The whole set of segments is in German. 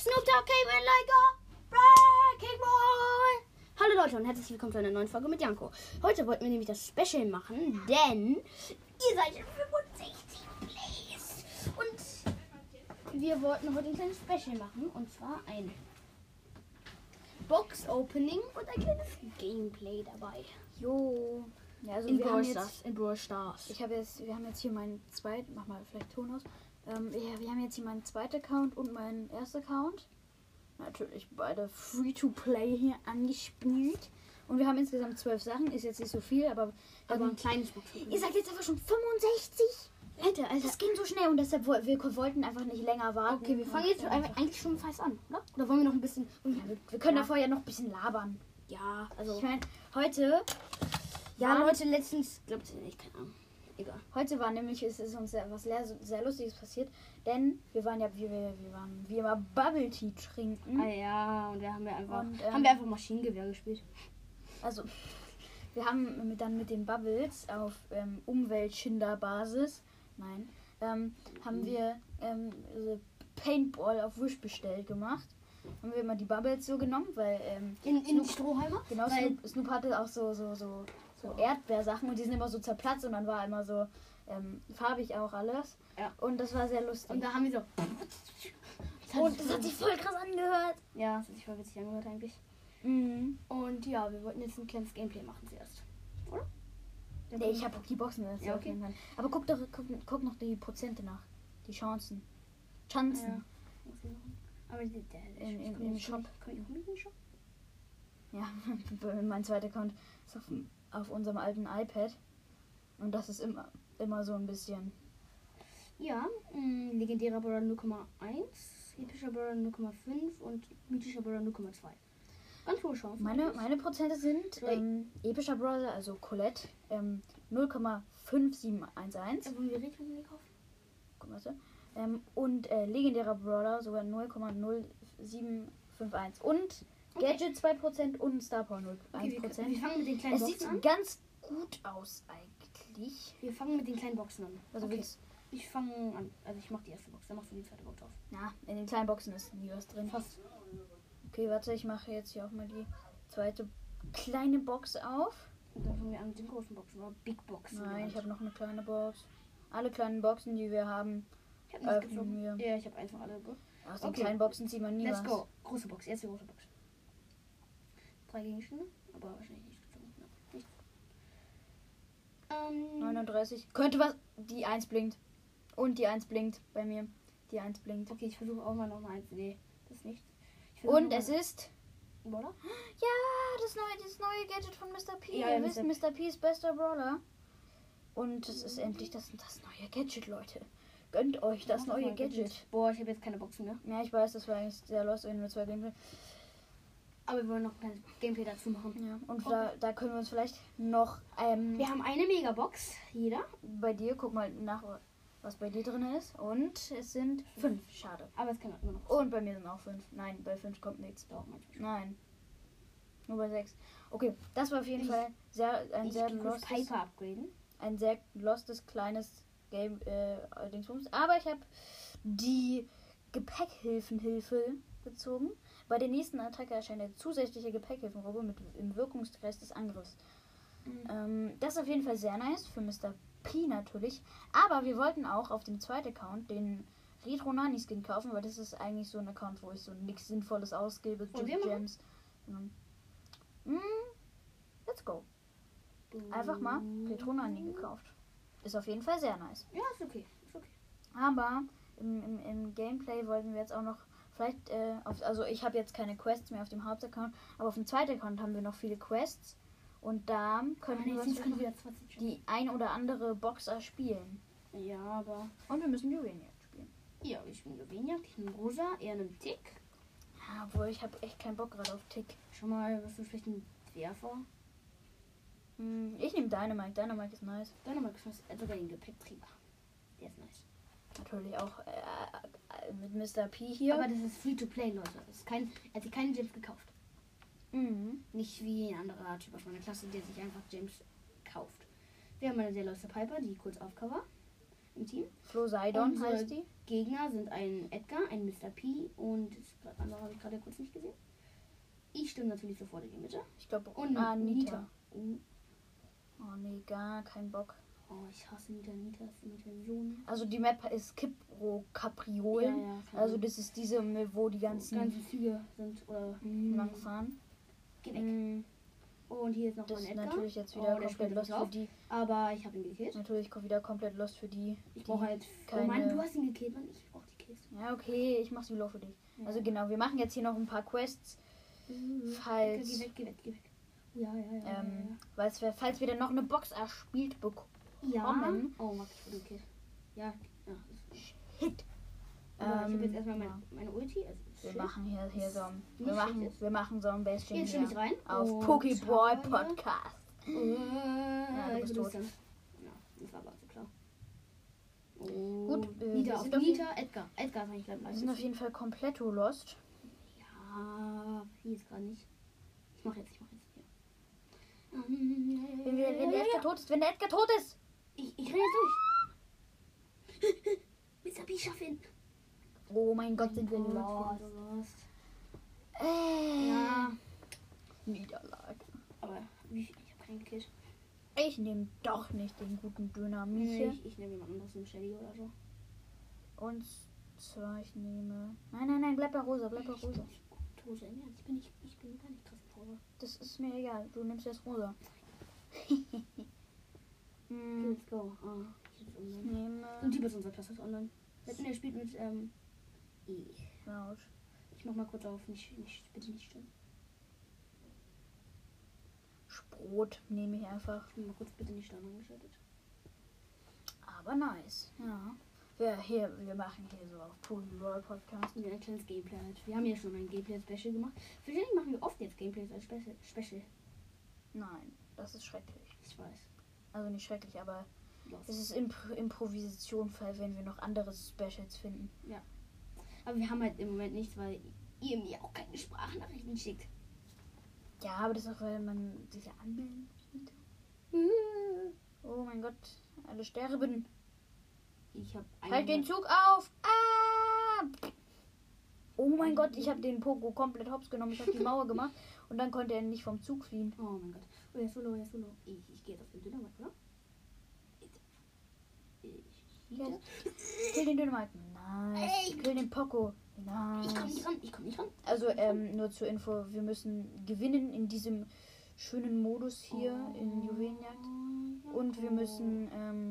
Snoop Dogg came in like a wrecking ball. Hallo Leute und herzlich willkommen zu einer neuen Folge mit Janko. Heute wollten wir nämlich das Special machen, denn ihr seid in 65 Plays. Und wir wollten heute ein kleines Special machen, und zwar ein Box-Opening und ein kleines Gameplay dabei. Jo. Ja, also In wir Brawl haben Stars. jetzt, In Brawl Stars. wir haben jetzt hier meinen zweiten, mach mal vielleicht Ton aus. Wir haben jetzt hier meinen zweiten Account und meinen ersten Account. Natürlich beide Free-to-Play hier angespielt. Und wir haben insgesamt 12 Sachen. Ist jetzt nicht so viel, aber ein kleines Box-Opening. ihr seid jetzt einfach schon 65. Leute, Alter. Das ging so schnell und deshalb wir wollten einfach nicht länger warten. Okay, wir fangen jetzt eigentlich schon fast an, oder? Oder wollen wir noch ein bisschen... Wir können davor ja noch ein bisschen labern. Ja, also... Ich meine, heute... Ja, Leute, letztens... Glaubt ihr nicht, keine Ahnung. Egal. Heute war nämlich, es ist uns was sehr Lustiges passiert, denn wir waren ja, wie immer Bubble Tea trinken. Ah ja, und da haben wir einfach, Und, einfach Maschinengewehr gespielt. Also, wir haben dann mit den Bubbles auf Umweltschinder-Basis, haben wir Paintball auf Wish bestellt gemacht. Haben wir immer die Bubbles so genommen, weil In Strohhalmer? genau, weil Snoop hatte auch so Erdbeersachen und die sind immer so zerplatzt und dann war immer so farbig auch alles. Ja. Und das war sehr lustig. und da haben wir so... Und das hat sich voll krass angehört. Ja, das hat sich voll witzig angehört eigentlich. Mhm. Und ja, wir wollten jetzt ein kleines Gameplay machen zuerst. Oder? Nee, ich habe auch die Boxen. Das Ja, auf okay. jeden Fall. Aber guck noch die Prozente nach. Die Chancen. Chancen. Ja. Aber Im Shop. Kann ich auch mit dem Shop? Ja, mein zweiter Account ist auf unserem alten iPad. Und das ist immer so ein bisschen. Ja, legendärer Brawler 0,1, epischer Brawler 0,5 und mythischer Brawler 0,2. Ganz hohe Chancen. Meine Prozente sind epischer Brawler, also Colette, 0,5711. Wollen wir Regeln gekauft? Guck mal so. Und legendärer Brawler sogar 0,0751. Und Gadget 2% und Star Power 1%. Wir fangen mit den kleinen Es Boxen sieht an. ganz gut aus eigentlich. Wir fangen mit den kleinen Boxen an. Also Okay. willst- Ich fange an. Also ich mache die erste Box, dann machst du die zweite Box auf. Na, in den kleinen Boxen ist nie was drin. Fast. Okay, warte, ich mache jetzt hier auch mal die zweite kleine Box auf. Und dann fangen wir an mit den großen Boxen oder Big Boxen. Nein, ich habe noch eine kleine Box. Alle kleinen Boxen, die wir haben, Ich habe nichts öffnen gezogen. wir. Ja, ich habe einfach alle. Aus den Okay. kleinen Boxen zieht man nie Let's was. go. Große Box, erste große Box. 3 Gegenstände, aber wahrscheinlich nicht gezogen. Ja, nichts. 39. Könnte was. Die 1 blinkt. Und die 1 blinkt bei mir. Die 1 blinkt. Okay, ich versuche auch mal noch eine 1. Nee, das ist nichts. Ich versuche Und noch es ist. mal- Oder? Ja, das neue Gadget von Mr. P. Ja, Ihr wisst, Mr. P ist bester Brawler. Und es ist endlich das neue Gadget, Leute. Gönnt euch das neue Gadget. Boah, ich habe jetzt keine Boxen mehr. Ja, ich weiß, das war eigentlich sehr lost, wenn wir 2 Gameplay. Aber wir wollen noch ein kleines Gameplay dazu machen. Ja, und Okay. da können wir uns vielleicht noch. Wir haben eine Megabox, jeder. Bei dir, guck mal nach, was bei dir drin ist. Und es sind 5. Schade. Aber es kann immer noch. Und bei mir sind auch 5. Nein, bei 5 kommt nichts. Doch, manchmal schon. Nein. Nur bei 6. Okay, das war auf jeden Ich- Fall Ich gehe kurz lostes, Piper upgraden. ein sehr lostes kleines Game, Dingsbums. Aber ich habe die Gepäckhilfe gezogen. Bei der nächsten Attacke erscheint eine zusätzliche Gepäckhilfenrobe mit im Wirkungskreis des Angriffs. Das ist auf jeden Fall sehr nice für Mr. P natürlich. Aber wir wollten auch auf dem zweiten Account den Retro Nani Skin kaufen, weil das ist eigentlich so ein Account, wo ich so nichts Sinnvolles ausgebe. Wollen wir machen? Gems. Let's go. Einfach mal Retro Nani gekauft. Ist auf jeden Fall sehr nice. Ja, ist okay. Ist okay. Aber im Gameplay wollten wir jetzt auch noch vielleicht, also ich habe jetzt keine Quests mehr auf dem Hauptaccount, aber auf dem zweiten Account haben wir noch viele Quests. Und da können wir uns können wir 20 die ein oder andere Boxer spielen. Ja, aber. Und wir müssen Juwelenjagd spielen. Ja, ich bin Juwelenjagd, ich bin Rosa, eher einen Tick. Ja, obwohl ich habe echt keinen Bock gerade auf Tick. Schon mal, was du vielleicht einen Werfer? Ich nehme Dynamite. Dynamite ist nice. Dann mal sogar den Gepäckträger. Der ist nice. Natürlich auch mit Mr. P hier. Aber das ist free to play, Leute. Das ist er hat sich keine Gems gekauft. Nicht wie ein anderer Typ aus meiner Klasse, der sich einfach Gems kauft. Wir haben eine sehr loste Piper, die kurz auf Cover im Team. Flo Seidon Unsere heißt die. Gegner sind ein Edgar, ein Mr. P und habe ich gerade kurz nicht gesehen. Ich stimme natürlich sofort in die Mitte. Ich glaube, Und Nita. Oh, Oh nee, gar kein Bock. ich hasse Nita. Nita ist so... Also die Map ist Capriolen. Ja, Also das ist diese, wo die ganzen Züge sind. Oder langfahren. Geh weg. Und hier ist noch Das ein ist Edgar. natürlich jetzt wieder der komplett spielt lost nicht für auf. die. Aber ich habe ihn gekillt. Natürlich wieder komplett lost für die. Ich brauche halt... keine- Oh Mann, du hast ihn gekillt, Mann. Ich brauche die Kills. Ja, okay, ich mach's low für dich. Ja. Also genau, wir machen jetzt hier noch ein paar Quests. Falls, Geh weg. Ja. falls wir dann noch eine Box erspielt bekommen. Ja. Oh, Max, ich wurde gekillt. Ja. Hit. Aber ich habe jetzt erstmal ja. meine Ulti. Also Wir machen hier so ein, Nicht wir machen so ein bisschen Jetzt stimme ich rein. auf Und Pokéball schau, Podcast. Ja, du bist tot. Ja, das war aber zu klar. Oh. Gut, Nita, wir sind auf jeden- Edgar. Edgar ist eigentlich gerade Wir sind auf jeden Fall komplett lost. Ja, hier ist gerade nicht. Ich mach jetzt hier. Wenn der Edgar tot ist, Ich renn jetzt durch. Mr. B, schaff ihn. Oh mein Gott, sind wir Gott, lost. Ja, Niederlage. aber ich habe keinen gekillt. Ich nehme doch nicht den guten Döner Miche. Ich nehme jemand anderes, einen Shelly oder so. Und zwar, ich nehme... Nein, bleib bei Rosa. Tose, im Ernst, ich bin gar nicht krass in Rosa. Das ist mir egal, du nimmst jetzt Rosa. Let's go. Ich jetzt Ich online. nehme... Und die wird unser Klasse online. Der spielt mit, Laut. Ich mach mal kurz auf, bitte nicht stimmen. Sprot nehme ich einfach. Ich bin mal kurz bitte nicht dann angeschaltet. Aber nice, ja. Wir machen hier so auf Pokéball Podcast. Ja, ein kleines Gameplay halt. Wir haben ja schon ein Gameplay-Special gemacht. Wahrscheinlich machen wir oft jetzt Gameplays als Special. Nein, das ist schrecklich. Ich weiß. Also nicht schrecklich, aber Los. es ist Improvisation, wenn wir noch andere Specials finden. Aber wir haben halt im Moment nichts, weil ihr mir auch keine Sprachnachrichten schickt. Ja, aber das ist auch, weil man sich ja anmelden sieht. Oh mein Gott, alle sterben. Ich habe Halt den Zug auf! Ah! Oh mein Gott, ich habe den Pogo komplett hops genommen. Ich habe die Mauer gemacht und dann konnte er nicht vom Zug fliehen. Oh mein Gott. Oh, er ist so low. Ich gehe jetzt auf den Dynamit, oder? Kill den Dynamite. Nice. Kill den Poco. Nice. Ich komm nicht ran. Also, nur zur Info, wir müssen gewinnen in diesem schönen Modus hier in Juwelenjagd. Und wir müssen,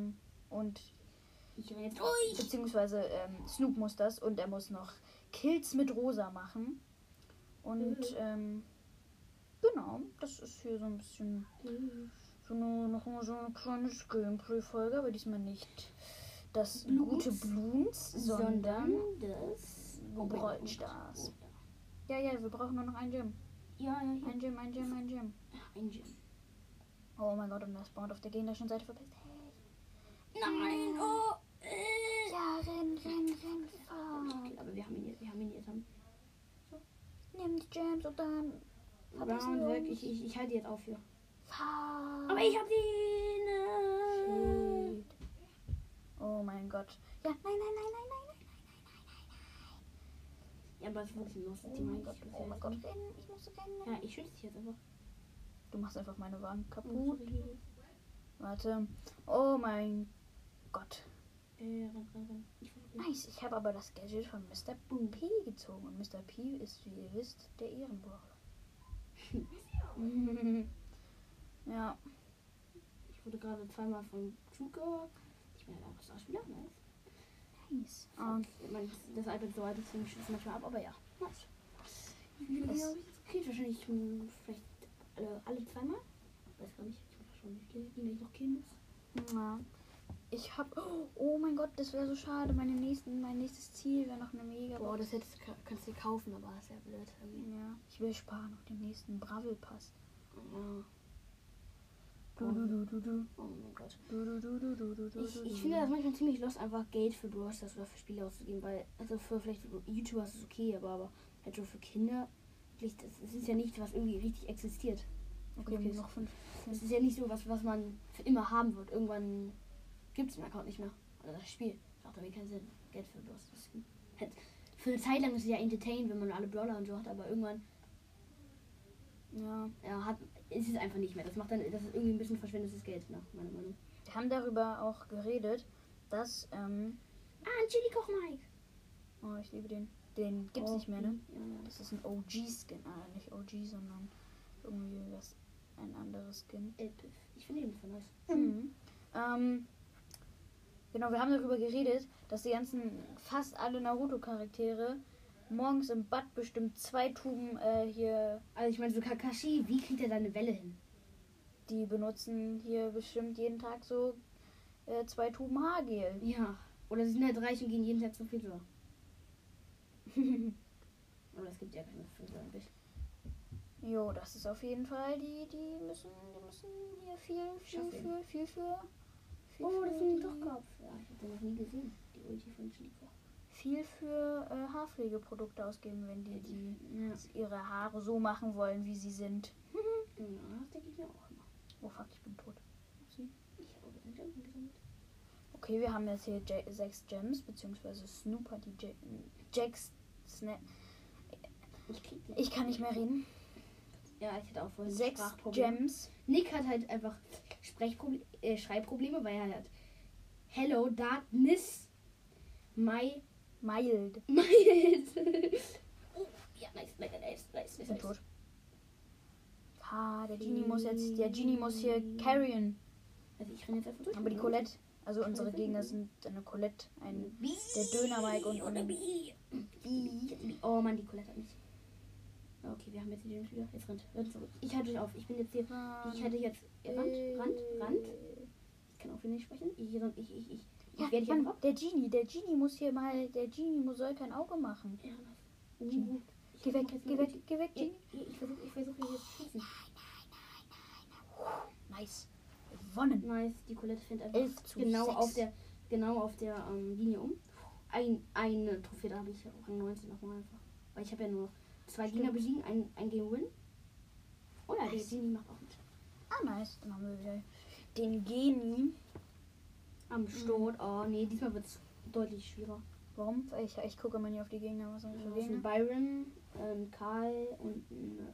Ich renne jetzt durch. beziehungsweise Snoop muss das und er muss noch Kills mit Rosa machen. Und, genau, das ist hier so ein bisschen noch so eine kleine Gameplay-Folge, aber diesmal nicht das gute Bloons, sondern das Brawl Stars. Ja, wir brauchen nur noch ein Gym. Ja. Ein Gym. Ein Gym. Oh mein Gott, und das spawnt auf der gegnerischen Seite verpisst. Hey. Nein, oh. Ja, renn, Okay, aber wir haben ihn jetzt. nimm die Gems und dann verpissen Round wir weg. uns. Ich halte jetzt auf hier. Fahr. Aber ich hab den. Shit. Oh mein Gott. Ja, nein. Ja, aber es ist wirklich ein Lost Oh Team. mein Gott, rennen. Ich muss rennen. Ja, ich schütze dich jetzt einfach. Du machst einfach meine Wagen Oh, kaputt. sorry. Warte. Oh mein Gott. Renn. Nice. Ich habe aber das Gadget von Mr. P gezogen. Und Mr. P ist, wie ihr wisst, der Ehrenbrawler. Ja. Ich wurde gerade zweimal von Zucker. Ich bin halt einfach Starspieler, nice. Nice. Das iPad so alt, deswegen schützt manchmal ab, aber ja. Nice. Es- Okay, wahrscheinlich vielleicht alle zweimal. Weiß gar nicht. Ich muss schon nicht killen, wenn ich noch killen muss. Ja. Ich hab. Oh mein Gott, das wäre so schade. Mein nächstes Ziel wäre noch eine Mega. Boah, das kannst du dir kaufen, aber das ist ja blöd. Irgendwie. Ja. Ich will sparen auf den nächsten Bravel Pass. Ja. Du. Oh mein Gott. Ich finde das manchmal ziemlich lost, einfach Geld für Brawl Stars oder für Spiele auszugeben, weil, also für vielleicht YouTuber ist es okay, aber halt so für Kinder, es ist ja nichts, was irgendwie richtig existiert. Okay, Okay. noch 5. Es ist ja nicht so was man für immer haben wird. Irgendwann gibt es den Account nicht mehr. Oder das Spiel. Das macht irgendwie keinen Sinn. Geld für Brawl Stars. für eine Zeit lang ist es ja entertained, wenn man alle Brawler und so hat, aber irgendwann ist es einfach nicht mehr. Das ist irgendwie ein bisschen verschwendetes Geld, nach meiner Meinung. Wir haben darüber auch geredet, dass, ein Chili-Koch Mike. oh, ich liebe den. Den gibt's nicht mehr, ne? Ja. Das ist ein OG-Skin. Nicht OG, sondern irgendwie ein anderes Skin. Ich finde den voll nice. Genau, wir haben darüber geredet, dass die fast alle Naruto-Charaktere morgens im Bad bestimmt 2 Tuben hier, Also ich meine, so Kakashi, wie kriegt er seine Welle hin? die benutzen hier bestimmt jeden Tag so 2 Tuben Haargel. Ja. Oder sie sind halt reich und gehen jeden Tag zum Friseur. Aber es gibt ja keine Friseur eigentlich. Jo, das ist auf jeden Fall, die müssen hier viel für Oh, das ist ein Kochkopf. Ja, ich habe den noch nie gesehen. Die Ulti von Chico. viel für Haarpflegeprodukte ausgeben, wenn die ihre Haare so machen wollen, wie sie sind. Ja, das denke ich mir auch immer. Oh fuck, ich bin tot. Ich habe auch den Jumpen gesammelt. Okay, wir haben jetzt hier 6 Gems, beziehungsweise Snoop hat die Jacks Snap. Ich kann nicht mehr reden. Ja, ich hatte auch vorhin 6 Sprachprobleme. Gems. Nick hat halt einfach Schreibprobleme, weil er hat Hello, Darkness, Mild. Mild. Oh, ja, nice. Ich bin tot. Der Genie muss hier carryen. Also ich renne jetzt einfach durch. Aber die Colette, also unsere Gegner sind eine Colette, der Döner-Mike und Oh Mann, die Colette hat mich. Okay, wir haben jetzt die Gems wieder. Jetzt rennt zurück. Ich halte euch auf. Ich bin jetzt hier. Ich halte jetzt Rand. Ich kann auch wieder nicht sprechen. Ich werde hier Mann, der Genie muss hier mal, soll kein Auge machen. Ja, Geh weg, Genie. Ich versuche hier zu schießen. Nice. Gewonnen. Nice, die Colette findet 11 einfach zu genau auf der Linie um. Eine Trophäe, da habe ich Rang 19 nochmal einfach. Weil ich habe ja nur 2 Gegner besiegen, ein Game Win. Oh ja, der Genie macht auch mit. Nice. Dann haben wir wieder den Genie Am Start. Oh nee, diesmal wird es deutlich schwieriger. Warum? Ich gucke immer nie auf die Gegner. Was sind das für Das ist Gegner? ein Byron, Karl und ein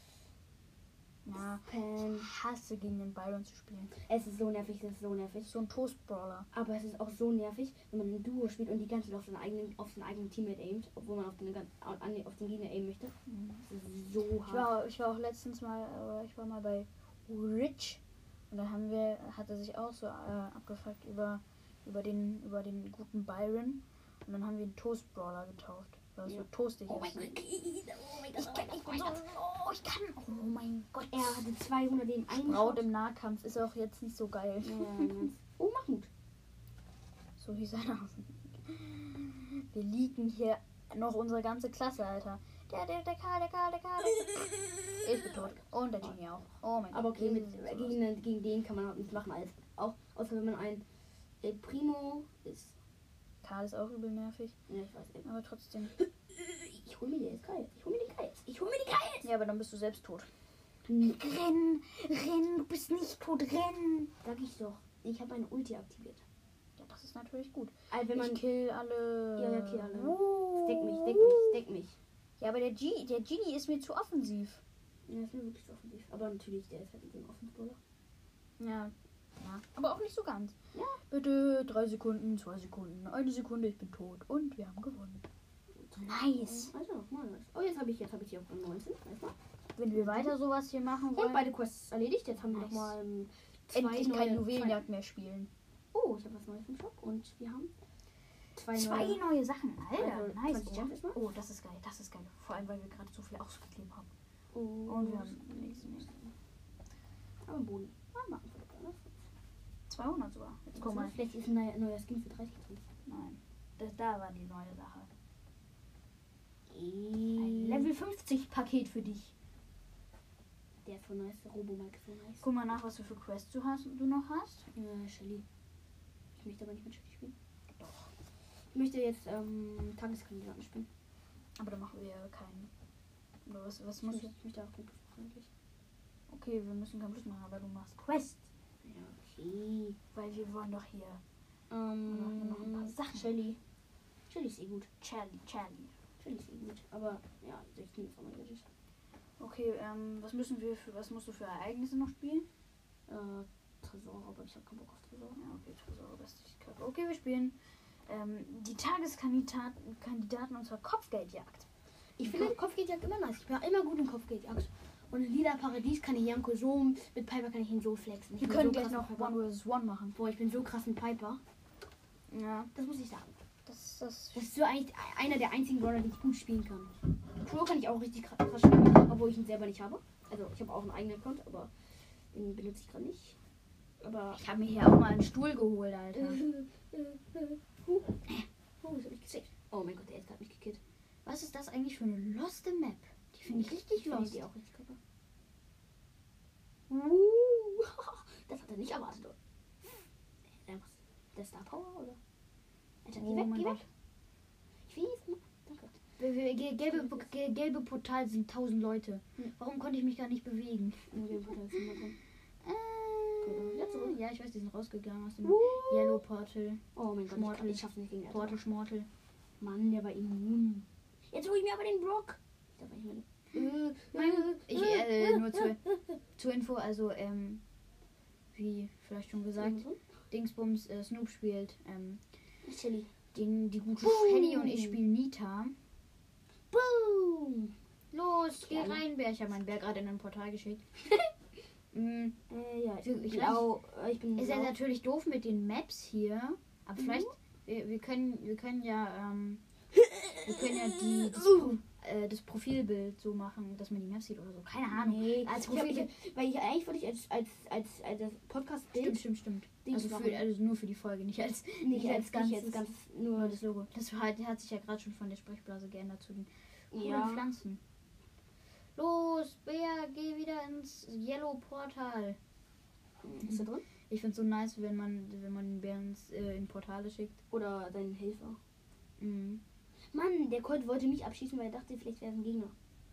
Pan. Ich hasse gegen den Byron zu spielen. Es ist so nervig, So ein Toast-Brawler. Aber es ist auch so nervig, wenn man ein Duo spielt und die ganze Zeit auf seinen eigenen Teammate aimt, obwohl man auf den Gegner aimen möchte. Das ist so hart. Ich war auch letztens mal, ich war mal bei Rich und dann hat er sich auch so abgefuckt über den guten Byron und dann haben wir einen Toast-Brawler getauft. Weil es so toastig ist. Oh mein Gott. Oh mein Gott. Er hatte 200 im einen Braut Shot. im Nahkampf ist auch jetzt nicht so geil. Oh, Mahmoud. So hieß er noch. Wir liegen hier noch unsere ganze Klasse, Alter. Der Karl. Ich bin tot. Und der Genie auch. Oh mein Gott. Aber okay, gegen den kann man auch nicht machen. Auch außer wenn man ein Primo ist. Karl ist auch übel nervig. Ja, ich weiß. Aber trotzdem. Ich hol mir den Kai jetzt. Ja, aber dann bist du selbst tot. Renn, du bist nicht tot, renn. Sag ich doch. Ich habe eine Ulti aktiviert. Ja, das ist natürlich gut. Also wenn man Ich kill alle. Ja, kill alle. Deck mich. Ja, aber der Genie ist mir zu offensiv. Ja, ist mir wirklich so offensiv. Aber natürlich, der ist halt so ein Offensbrawler. Ja. Aber auch nicht so ganz. Ja. Bitte 3 Sekunden, 2 Sekunden, 1 Sekunde, ich bin tot. Und wir haben gewonnen. Nice. Also nochmal. Oh, jetzt habe ich hier auf Rang 19. Wenn wir weiter sowas hier machen wollen. Und beide Quests erledigt. Jetzt haben wir Nice. nochmal endlich kein Juwelenjagd mehr spielen. Oh, ich habe was Neues im Shop. Und wir haben zwei neue Sachen. Alter, Also, nice. 20 Gems erstmal. Oh, das ist geil. Vor allem, weil wir gerade so viel ausgegeben haben. Oh, Und wir haben nächsten. Aber Boni. Machen wir doch 200 sogar. Jetzt guck mal. Vielleicht ist ein neuer Skin für 30 drin. Nein. Da war die neue Sache. Ein Level 50 Paket für dich. Der ist so nice. Der Robo-Mike ist so nice. Guck mal nach, was du für Quests du noch hast. Shelly. Ich möchte aber nicht mit Shelly spielen. Doch. Ich möchte jetzt Tageskandidaten spielen. Aber da machen wir ja keinen. Oder was musst du? Ich möchte auch gut eigentlich. Okay, wir müssen keinen Plus machen, aber du machst Quests. Ja, okay. Weil wir wollen doch hier noch ein paar Sachen. Shelly. Chili ist eh gut. Charlie. Chili ist eh gut. Aber ja, 16 ist auch mal kritisch. Okay, was musst du für Ereignisse noch spielen? Tresor, aber ich hab keinen Bock auf Tresor. Ja, okay, Tresor, das ist kacke. Okay, wir spielen die Tageskandidaten unserer Kopfgeldjagd. Ich finde Kopfgeldjagd immer nice. Ich war immer gut in Kopfgeldjagd. Und in Lila Paradies kann ich Janko so, mit Piper kann ich ihn so flexen. Ich Wir bin können so gleich krass noch mit Piper. 1 vs 1 machen. Boah, ich bin so krass mit Piper. Ja, Das muss ich sagen. das Das ist so eigentlich einer der einzigen Brawler, die ich gut spielen kann. Crow kann ich auch richtig krass spielen, obwohl ich ihn selber nicht habe. Also ich habe auch einen eigenen Account, aber den benutze ich gerade nicht. Aber ich habe mir hier auch mal einen Stuhl geholt, Alter. das hab ich gesaved. Oh mein Gott, der Edgar hat mich gekillt. Was ist das eigentlich für eine loste Map? Die finde ich richtig Finde lost. die auch richtig kacke. Das hat er nicht erwartet. Der Star Power, oder? Alter, Oh mein Gott. Ich will jetzt mal. Danke. Gelbe Portal sind 1000 Leute. Hm. Warum konnte ich mich gar nicht bewegen? wieder zurück? Ja, ich weiß, die sind rausgegangen aus dem Uh. Yellow Portal. Oh mein Gott, Schmortel. ich schaff's nicht gegen Edgar. Portal, Schmortel. Mann, der war immun. Jetzt hol ich mir aber den Brock. Ich darf nicht mehr. Nur zur Info, also, wie vielleicht schon gesagt, Dingsbums Snoop spielt Chili. die gute Boom. Shelly und ich spielen Nita. Boom! Los, geh Ja. rein, Bär. Ich habe meinen Bär gerade in ein Portal geschickt. Ja, Ich blau. Ich bin Ist ja blau. natürlich doof mit den Maps hier, aber vielleicht, wir können ja das Profilbild so machen, dass man die Maps sieht oder so. Keine Ahnung. Nee, Als ich hab, Profil. weil ich eigentlich wollte ich als das Podcast-Bild. Stimmt. Dings Also, machen. also nur für die Folge, nicht als Nicht als Ganzes. ganz nur nur das Logo. Das hat sich ja gerade schon von der Sprechblase geändert zu den coolen ja. Pflanzen. Los, Bea, geh wieder ins Yellow Portal. Ist er drin? Ich find's so nice, wenn man den Bär in Portale schickt. Oder dein Helfer? Mhm. Mann, der Colt wollte mich abschießen, weil er dachte, vielleicht wäre es ein Gegner.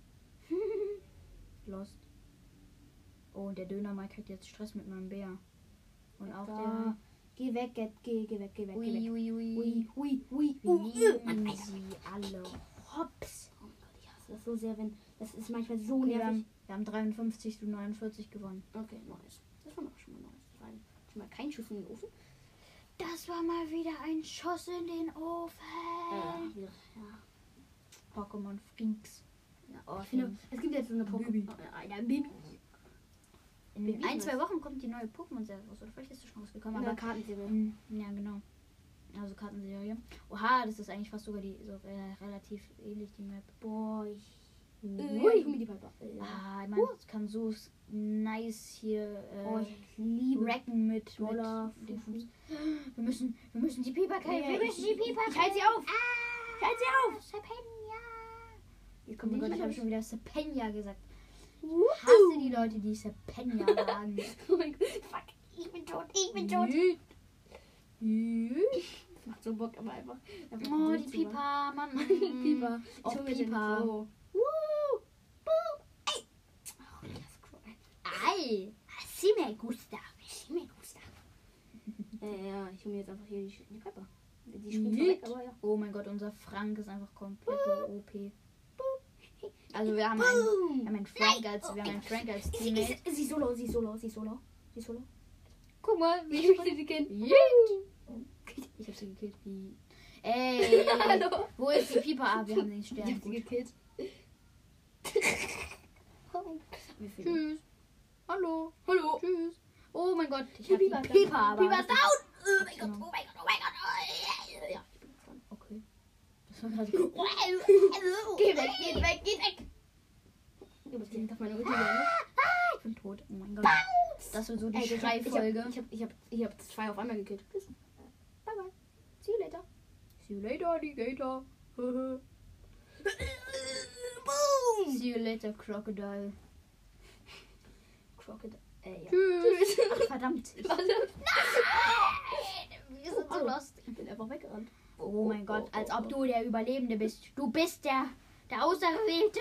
Lost. Oh, und der Dönermann kriegt jetzt Stress mit meinem Bär. Und auch Da. Geh weg, geh weg. der. Ui. Ui. Mann, Alter. Sie alle. Hops. Oh mein Gott, ich hasse das so sehr, wenn. Das ist manchmal so Okay, nervig. wir haben 53 zu 49 gewonnen. Okay, nice. Das war auch schon mal nice. Das war schon mal kein Schuss in den Ofen. Das war mal wieder ein Schuss in den Ofen. Ja. Pokémon Freaks. Ja, oh, ich finde, es gibt jetzt so eine Bibi. Bibi. In Bibi 1-2 ist- Wochen kommt die neue Pokémon-Serie raus. Oder vielleicht ist sie schon rausgekommen. Aber Aber Kartenserie. ja, genau. Also Kartenserie. Oha, das ist eigentlich fast sogar relativ ähnlich, die Map. Boah, ich Ui. hol mir die Piper. Man kann so nice hier Oh, ich liebe racken mit Roller. den Wir müssen die Piper Ja, ja, Wir müssen die Piper ich halte sie auf. Ah, Ich halte sie auf. Sepenja. Jetzt Oh kommt mein Gott, die ich habe nicht schon wieder Sepenja gesagt. durch. Hasse die Leute, die Sepenja sagen. Oh mein Gott, fuck. Ich bin tot. Das macht so Bock, aber einfach Oh, die durchzumachen. Piper, Mann. Piper. Oh, hol mir den Piper. Crow. Woo. Boop. Ey. Oh, das Crow. Ei. Sí me gusta. Ja, ich hole mir jetzt einfach hier die Piper. Die springt zwar weg, aber ja. Oh mein Gott, unser Frank ist einfach komplett OP. Also wir haben Boom. einen Frank als Teammate. Sie ist solo. Guck mal, wie Ich möchte sie kennen. Ich hab sie gekillt. Ey, Hallo. wo ist die Piper? Ah, wir haben den Ich Stern. hab sie Gut. gekillt. Oh mein Gott. Wie viel? Tschüss. Hallo. Hallo. Tschüss. Oh mein Gott, ich hab die Piper ist Piper, down. aber... Piper ist down. Oh mein Genau. Gott. Ja, ich bin dran. Okay. Das war gerade... Geh weg. Du bist direkt auf meine Ulti gelandet. Ich bin tot. Oh mein Gott. Das wird so die Ey, Schreifolge. Ich hab 2 auf einmal gekillt. Bis. Bye bye. See you later. See you later, Alligator. Boom. See you later, Crocodile. Crocodile. Ja. Tschüss. Ach, verdammt. Warte. Wir sind so lost. Ich bin einfach weggerannt. Oh mein Gott, als ob du der Überlebende bist. Du bist der Auserwählte.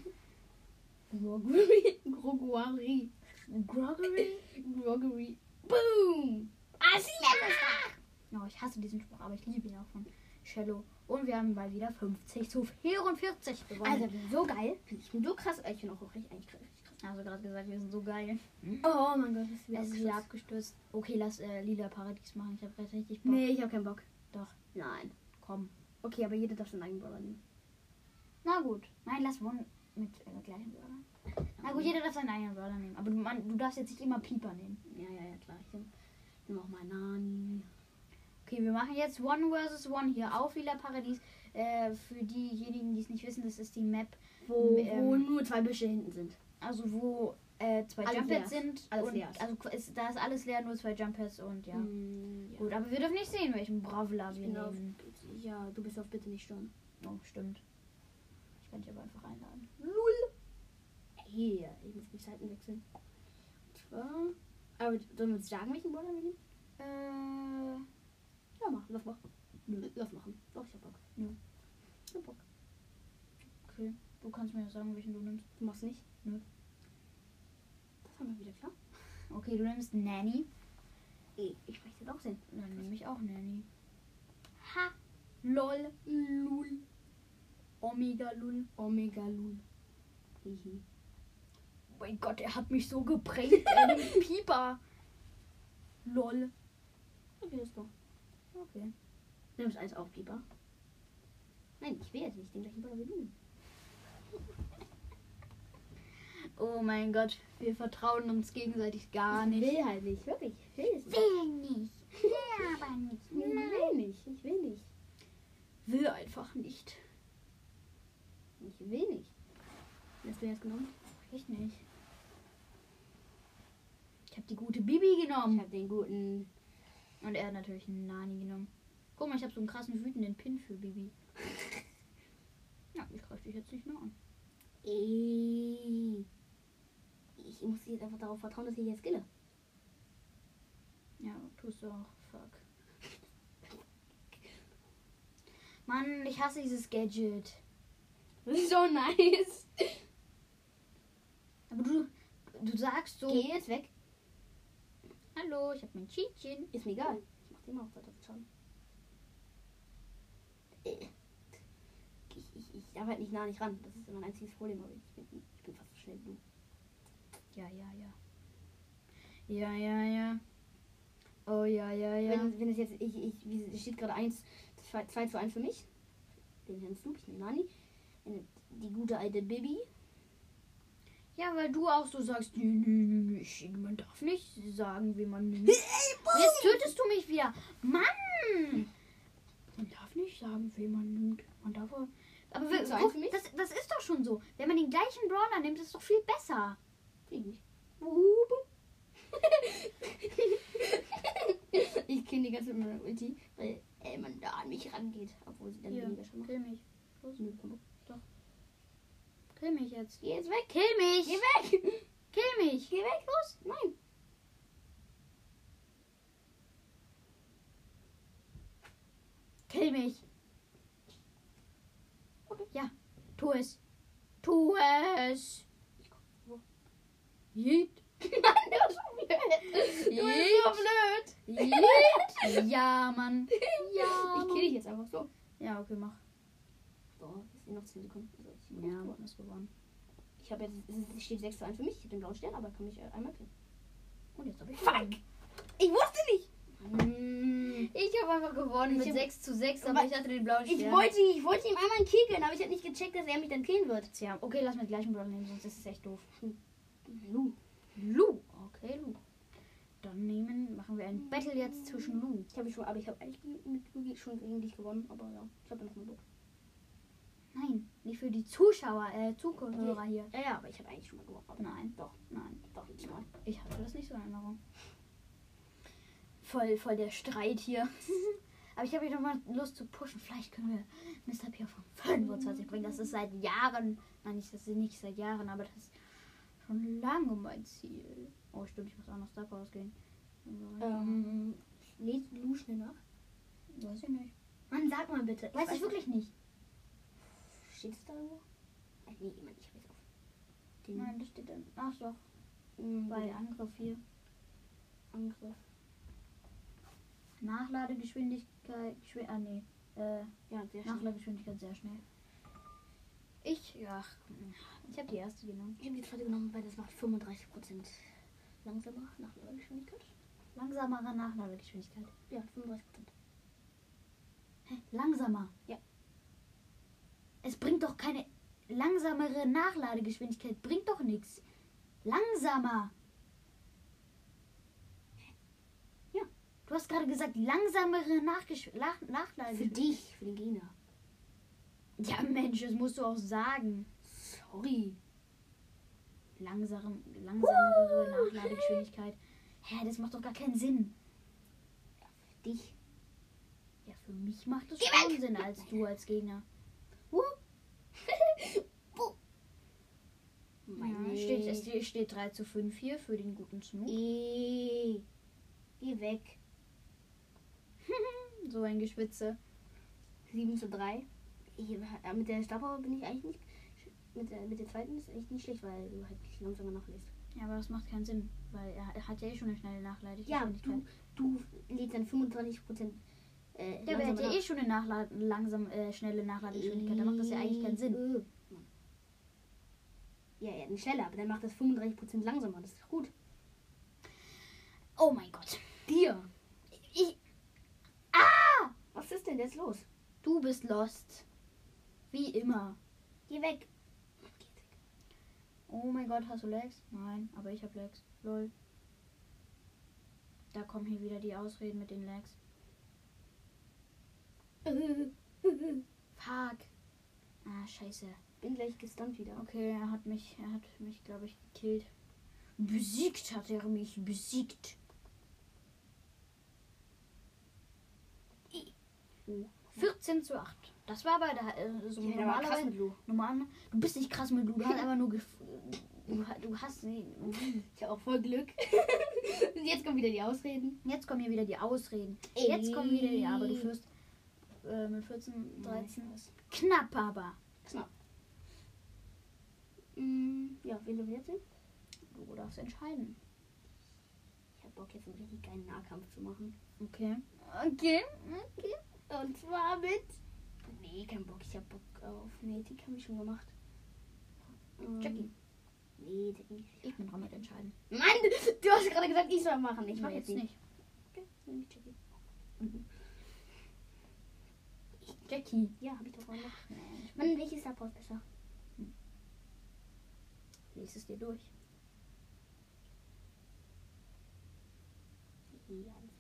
Groguari. Gregory. Boom. Oh, ich hasse diesen Spruch, aber ich liebe ihn auch von Shallow. Und wir haben mal wieder 50-44 gewonnen. Alter, wir sind so geil. Ich bin so krass. Ich bin auch eigentlich krass. Also gerade gesagt, wir sind so geil. Oh mein Gott, Es ist wieder abgestürzt. Okay, lass lila Paradies machen. Ich habe richtig Bock. Nee, ich habe keinen Bock. Doch, Nein. komm. Okay, aber jeder darf seinen eigenen Brawler nehmen. Na gut. Nein, lass One mit gleichen Brawler. Na gut, jeder darf seinen eigenen Brawler nehmen. Aber du darfst jetzt nicht immer Pieper nehmen. Ja, klar. Ich nehme auch mal Nani. Okay, wir machen jetzt One vs. One hier auf Lila Paradies. Für diejenigen, die es nicht wissen, das ist die Map, Wo nur 2 Büsche hinten sind. also wo 2 Alles Jump-Pads leer. sind. Alles und leer. Also da ist alles leer, nur 2 Jump-Pads und ja. Ja. Gut, aber wir dürfen nicht sehen, welchen Brawler wir bin auf, nehmen. ja, du bist auf bitte nicht stören. Oh, stimmt. Ich kann dich aber einfach einladen. Lul. Hey, ich muss die Seiten wechseln. Und zwar. Aber sollen wir uns sagen, welchen Brawler wir nehmen? Ja, lass machen. Nö, lass machen. Doch, ich hab Bock. Nö. Ich hab Bock. Okay, du kannst mir ja sagen, welchen du nimmst. Du machst nicht? Nö. Das haben wir wieder klar. Okay, du nimmst Nanny. Ich möchte das auch sehen. Dann nehme ich auch Nanny. Ha. LOL. Lul. Omega Lul. Omega Lul. Hihi. Oh mein Gott, er hat mich so geprägt. Er nimmt Pieper. LOL. Okay, ist doch. Okay. Du nimmst eins auch, Pieper. Nein, ich will jetzt nicht den gleichen Brawler wie du. Oh mein Gott, wir vertrauen uns gegenseitig gar Ich nicht. will halt nicht, wirklich. Ich will es nicht. Will nicht. Ja, aber nicht. Ich will nicht. Ich will nicht. Will einfach nicht. Ich will nicht. Hast du jetzt genommen? Ich nicht. Ich habe die gute Bibi Ich genommen. habe den guten. Und er hat natürlich einen Nani genommen. Guck mal, ich habe so einen krassen wütenden Pin für Bibi. Ja, ich greife dich jetzt nicht mehr an. Ich muss jetzt einfach darauf vertrauen, dass ich hier skille. Ja, tust du auch. Fuck. Mann, ich hasse dieses Gadget. Das ist so nice. Aber du sagst so. Geh jetzt weg. Hallo, ich habe mein Cheatchen. Ist mir egal. Ich mach dir immer noch 2000 Schaden. Ich darf halt nicht nah nicht ran. Das ist mein einziges Problem. Aber ich bin fast so schnell wie du. Ja. Ja. Oh ja. Wenn es jetzt, wie es steht gerade 2 zu 1 für mich. Den Herrn Snoop, ich nehme Nani. Die gute alte Bibi. Ja, weil du auch so sagst, nee, man darf nicht sagen, wie man nimmt. Jetzt tötest du mich wieder. Mann! Man darf nicht sagen, wie man nimmt. Man darf auch... Aber guck, das ist doch schon so. Wenn man den gleichen Brawler nimmt, ist es doch viel besser. Ich kenne die ganze Zeit mit meiner Ulti, weil man da an mich rangeht, obwohl sie dann weniger schon macht. Kill mich. Los, nö, komm. Kill mich jetzt. Geh jetzt weg. Kill mich. Geh weg. Kill mich. Geh weg, los. Nein. Kill mich. Okay. Ja, tu es. Tu es. Ich guck, wo. Yeet. Mann, der war schon blöd. Du bist so blöd. Yeet. Ja, Mann. Ja, Ich kill dich jetzt einfach so. Ja, okay, mach. So, es sind noch 10 Sekunden. Also ich Ja, Mann ist gewonnen. Ich habe jetzt, es steht 6 zu 1 für mich. Ich habe den blauen Stern, aber kann mich einmal killen. Und jetzt habe ich Fuck! Ich wusste nicht! Ich habe einfach gewonnen mit Ich hab- 6 zu 6, aber aber ich hatte den blauen Stern. Ich wollte ihm einmal einen Kill gönnen, aber ich habe nicht gecheckt, dass er mich dann killen wird. Tja, okay, lass mal den gleichen Brawler nehmen, sonst ist es echt doof. Lu. Lu. Okay, Lu. Dann machen wir ein Battle jetzt zwischen Lu. Ich habe eigentlich mit Lugi schon gegen dich gewonnen, aber ja, ich habe noch mal Bock. Nein, nicht für die Zuschauer, Zuhörer hier. Ja, aber ich habe eigentlich schon mal gewonnen. Aber Nein, nein, doch nicht mal. ich hatte das nicht so in Erinnerung. Voll der Streit hier. Aber ich habe hier nochmal Lust zu pushen. Vielleicht können wir Mr. P von 25 bringen. Das ist seit Jahren, nein, das ist nicht seit Jahren, aber das ist schon lange mein Ziel. Oh, stimmt, ich muss auch noch Star Powers gehen. Lädt Lu schnell nach? Weiß ich nicht. Mann, sag mal bitte. Weiß ich wirklich nicht. Steht es da irgendwo? Nee, jemand, ich weiß auf. Den Nein, das steht dann. Ach doch, bei Angriff hier. Angriff. Nachladegeschwindigkeit. Ja, sehr schnell. Nachladegeschwindigkeit sehr schnell. Ich habe die erste genommen. Ich habe die zweite genommen, weil das macht 35% langsamer Nachladegeschwindigkeit. Langsamere Nachladegeschwindigkeit. Ja, 35%. Hä? Langsamer? Ja. Es bringt doch keine langsamere Nachladegeschwindigkeit. Bringt doch nichts. Langsamer. Ja. Du hast gerade gesagt, langsamere Nachladegeschwindigkeit. Für dich, für den Gegner. Ja, Mensch, das musst du auch sagen. Sorry. Langsamere Nachladegeschwindigkeit. Hä, das macht doch gar keinen Sinn. Ja, für dich. Ja, für mich macht es Geh schon weg! Sinn als du als Gegner. Ja, es steht 3:5 hier für den guten Snoop. Geh weg. So ein Geschwitze. 7:3. Mit der Stabauer bin ich eigentlich nicht. Mit der zweiten ist echt nicht schlecht, weil du halt langsamer nachlässt. Ja, aber das macht keinen Sinn, weil er hat ja eh schon eine schnelle Ja, Nachladegeschwindigkeit. du lädst dann 25%. Der hat ja eh schon eine schnelle Nachladegeschwindigkeit. Da macht das ja eigentlich keinen Sinn. Ja, er hat eine schnelle, aber dann macht das 35% langsamer. Das ist gut. Oh mein Gott. Dir. Was ist denn jetzt los? Du bist lost. Wie immer. Geh weg. Oh mein Gott, hast du Lags? Nein, aber ich hab Lags. Lol. Da kommen hier wieder die Ausreden mit den Lags. Fuck. Ah, scheiße. Bin gleich gestunt wieder. Okay, er hat mich, glaube ich, gekillt. Besiegt hat er mich, besiegt. 14:8. Das war bei der so Ich bin aber krass normalerweise. mit Lu. Du bist nicht krass mit Lu, du hast einfach nur du hast sie. Ich habe auch voll Glück. Und jetzt kommen wieder die Ausreden. Jetzt kommen hier wieder die Ausreden. Jetzt kommen wieder die, aber du führst mit 14, 13. Knapp aber. Knapp. Ja, wen du jetzt sehen? Du darfst entscheiden. Ich habe Bock jetzt einen richtig geilen Nahkampf zu machen. Okay. Okay. Und zwar mit. Nee, kein Bock. Ich hab Bock auf. Nee, die habe ich schon gemacht. Jackie. Nee, Jackie. Ich bin dran mit entscheiden. Mann, du hast gerade gesagt, ich soll machen. Ich mach Mach jetzt nicht. Okay, dann nehme ich Jackie. Jackie. Ja, habe ich doch gemacht. Mann, welches Star Wars besser? Lies es dir durch. Ja, das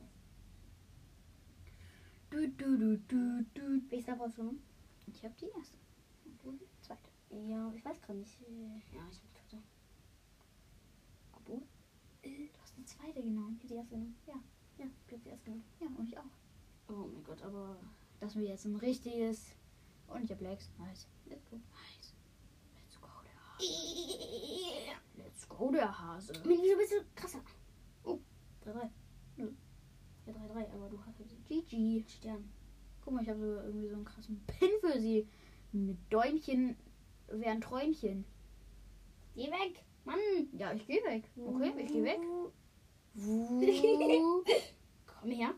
heißt. Welches Star Wars genommen? Ich habe die erste. Und du die zweite. Ja, ich weiß gerade nicht. Ja, ich bin tot. Obwohl? Du hast die zweite genommen. Ich hab die erste genommen. Ja. Ja, ich hab die erste genommen. Ja, und ich auch. Oh mein Gott, aber. Das mir jetzt ein richtiges. Und ich hab Legs. Nice. Let's go. Nice. Let's go, der Hase. Let's go, der Hase. Wieso bist du krasser? Oh, 3-3. Nö. Ja, 3-3, aber du hast halt GG. Stern. Guck mal, ich habe so irgendwie so einen krassen Pin für sie. Mit Däumchen wären Träumchen. Geh weg! Mann! Ja, ich gehe weg. Okay, ich gehe weg. Komm her.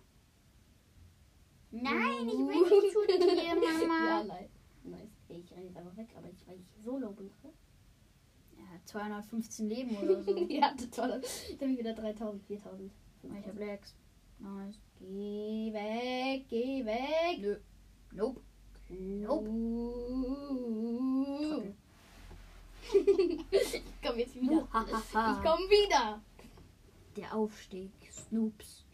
Nein, ich will nicht zu dir, Ja, Mama. nice. Ey, ich renne jetzt einfach weg, aber weil ich so low bin. Ja, 215 Leben oder so. Ja, total. Dann habe ich wieder 3000, 4000. Ich hab Legs. Nice. Geh weg, geh weg. Nö. Nope. Nope. Trottel. Ich komm jetzt wieder. Hahaha. Ich komm wieder. Der Aufstieg. Snoops.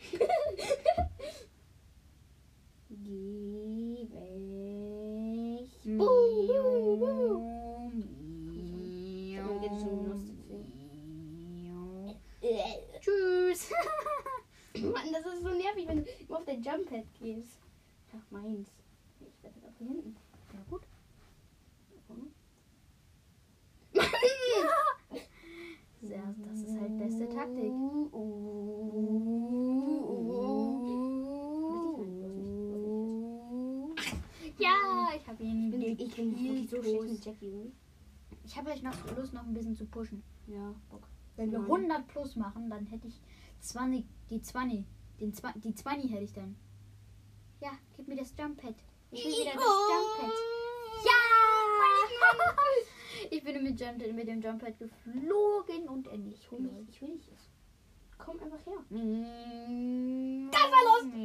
Geh weg. Tschüss. Mann, das ist so nervig, wenn du immer auf dein Jumppad gehst. Ach, meins. Ich werde da hinten. Ja, gut. Das ist halt beste Taktik. Ja, ich habe ihn Ich bin wirklich so schlecht mit Jackie. Irgendwie. Ich habe echt noch Lust, noch ein bisschen zu pushen. Ja, Bock. Wenn wir 100 plus machen, dann hätte ich 20, die 20 hätte ich dann. Ja, gib mir das Jumppad. Ich will wieder das Jumppad. Ja! Ich bin mit dem Jumppad geflogen und endlich. Ich will nicht es. Komm einfach her. Das war los!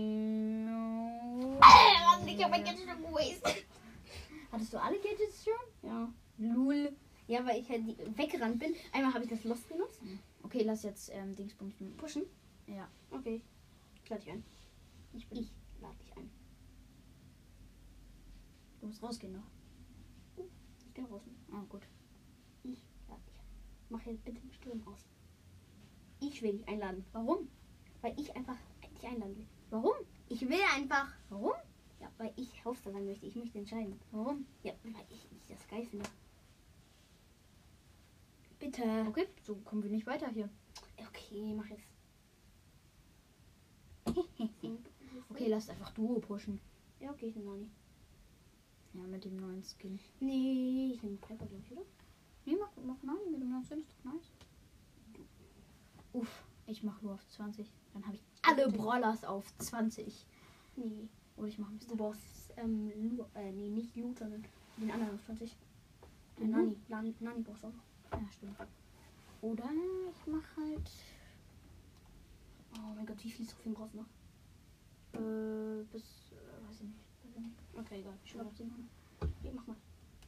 Mann, ich hab mein Gadget schon gewastet. Hattest du alle Gadgets schon? Ja. Lul. Ja, weil ich halt weggerannt bin. Einmal habe ich das Lost genutzt. Okay, lass jetzt Dingsbums Pushen? Ja. Okay. Ich lade dich ein. Ich lade dich ein. Du musst rausgehen noch. Ich bin draußen. Ah, gut. Ich lade dich ein. Mach jetzt bitte den Strom aus. Ich will dich einladen. Warum? Weil ich einfach dich einladen will. Warum? Ich will einfach. Warum? Ja, weil ich Hoster sein möchte. Ich möchte entscheiden. Warum? Ja, weil ich das geil finde. Bitte. Okay, so kommen wir nicht weiter hier. Okay, mach jetzt. Okay, lass einfach Duo pushen. Ja, okay, ich nehme Nani. Ja, mit dem neuen Skin. Nee, ich nehme Piper, glaube ich, oder? Nee, mach Nani mit dem neuen Skin, ist doch nice. Uff, ich mach nur auf 20. Dann habe ich alle Brawlers auf 20. Nee. Oder ich mach Du Mr. brauchst, nicht Loot, sondern den anderen auf 20. Mhm. Nani brauchst du auch noch. Ja, stimmt. Oder ich mach halt Oh mein Gott, wie viel Trophäen brauchst du noch? bis, weiß ich nicht. Okay, egal. Ich glaube 700. Ja, mach mal.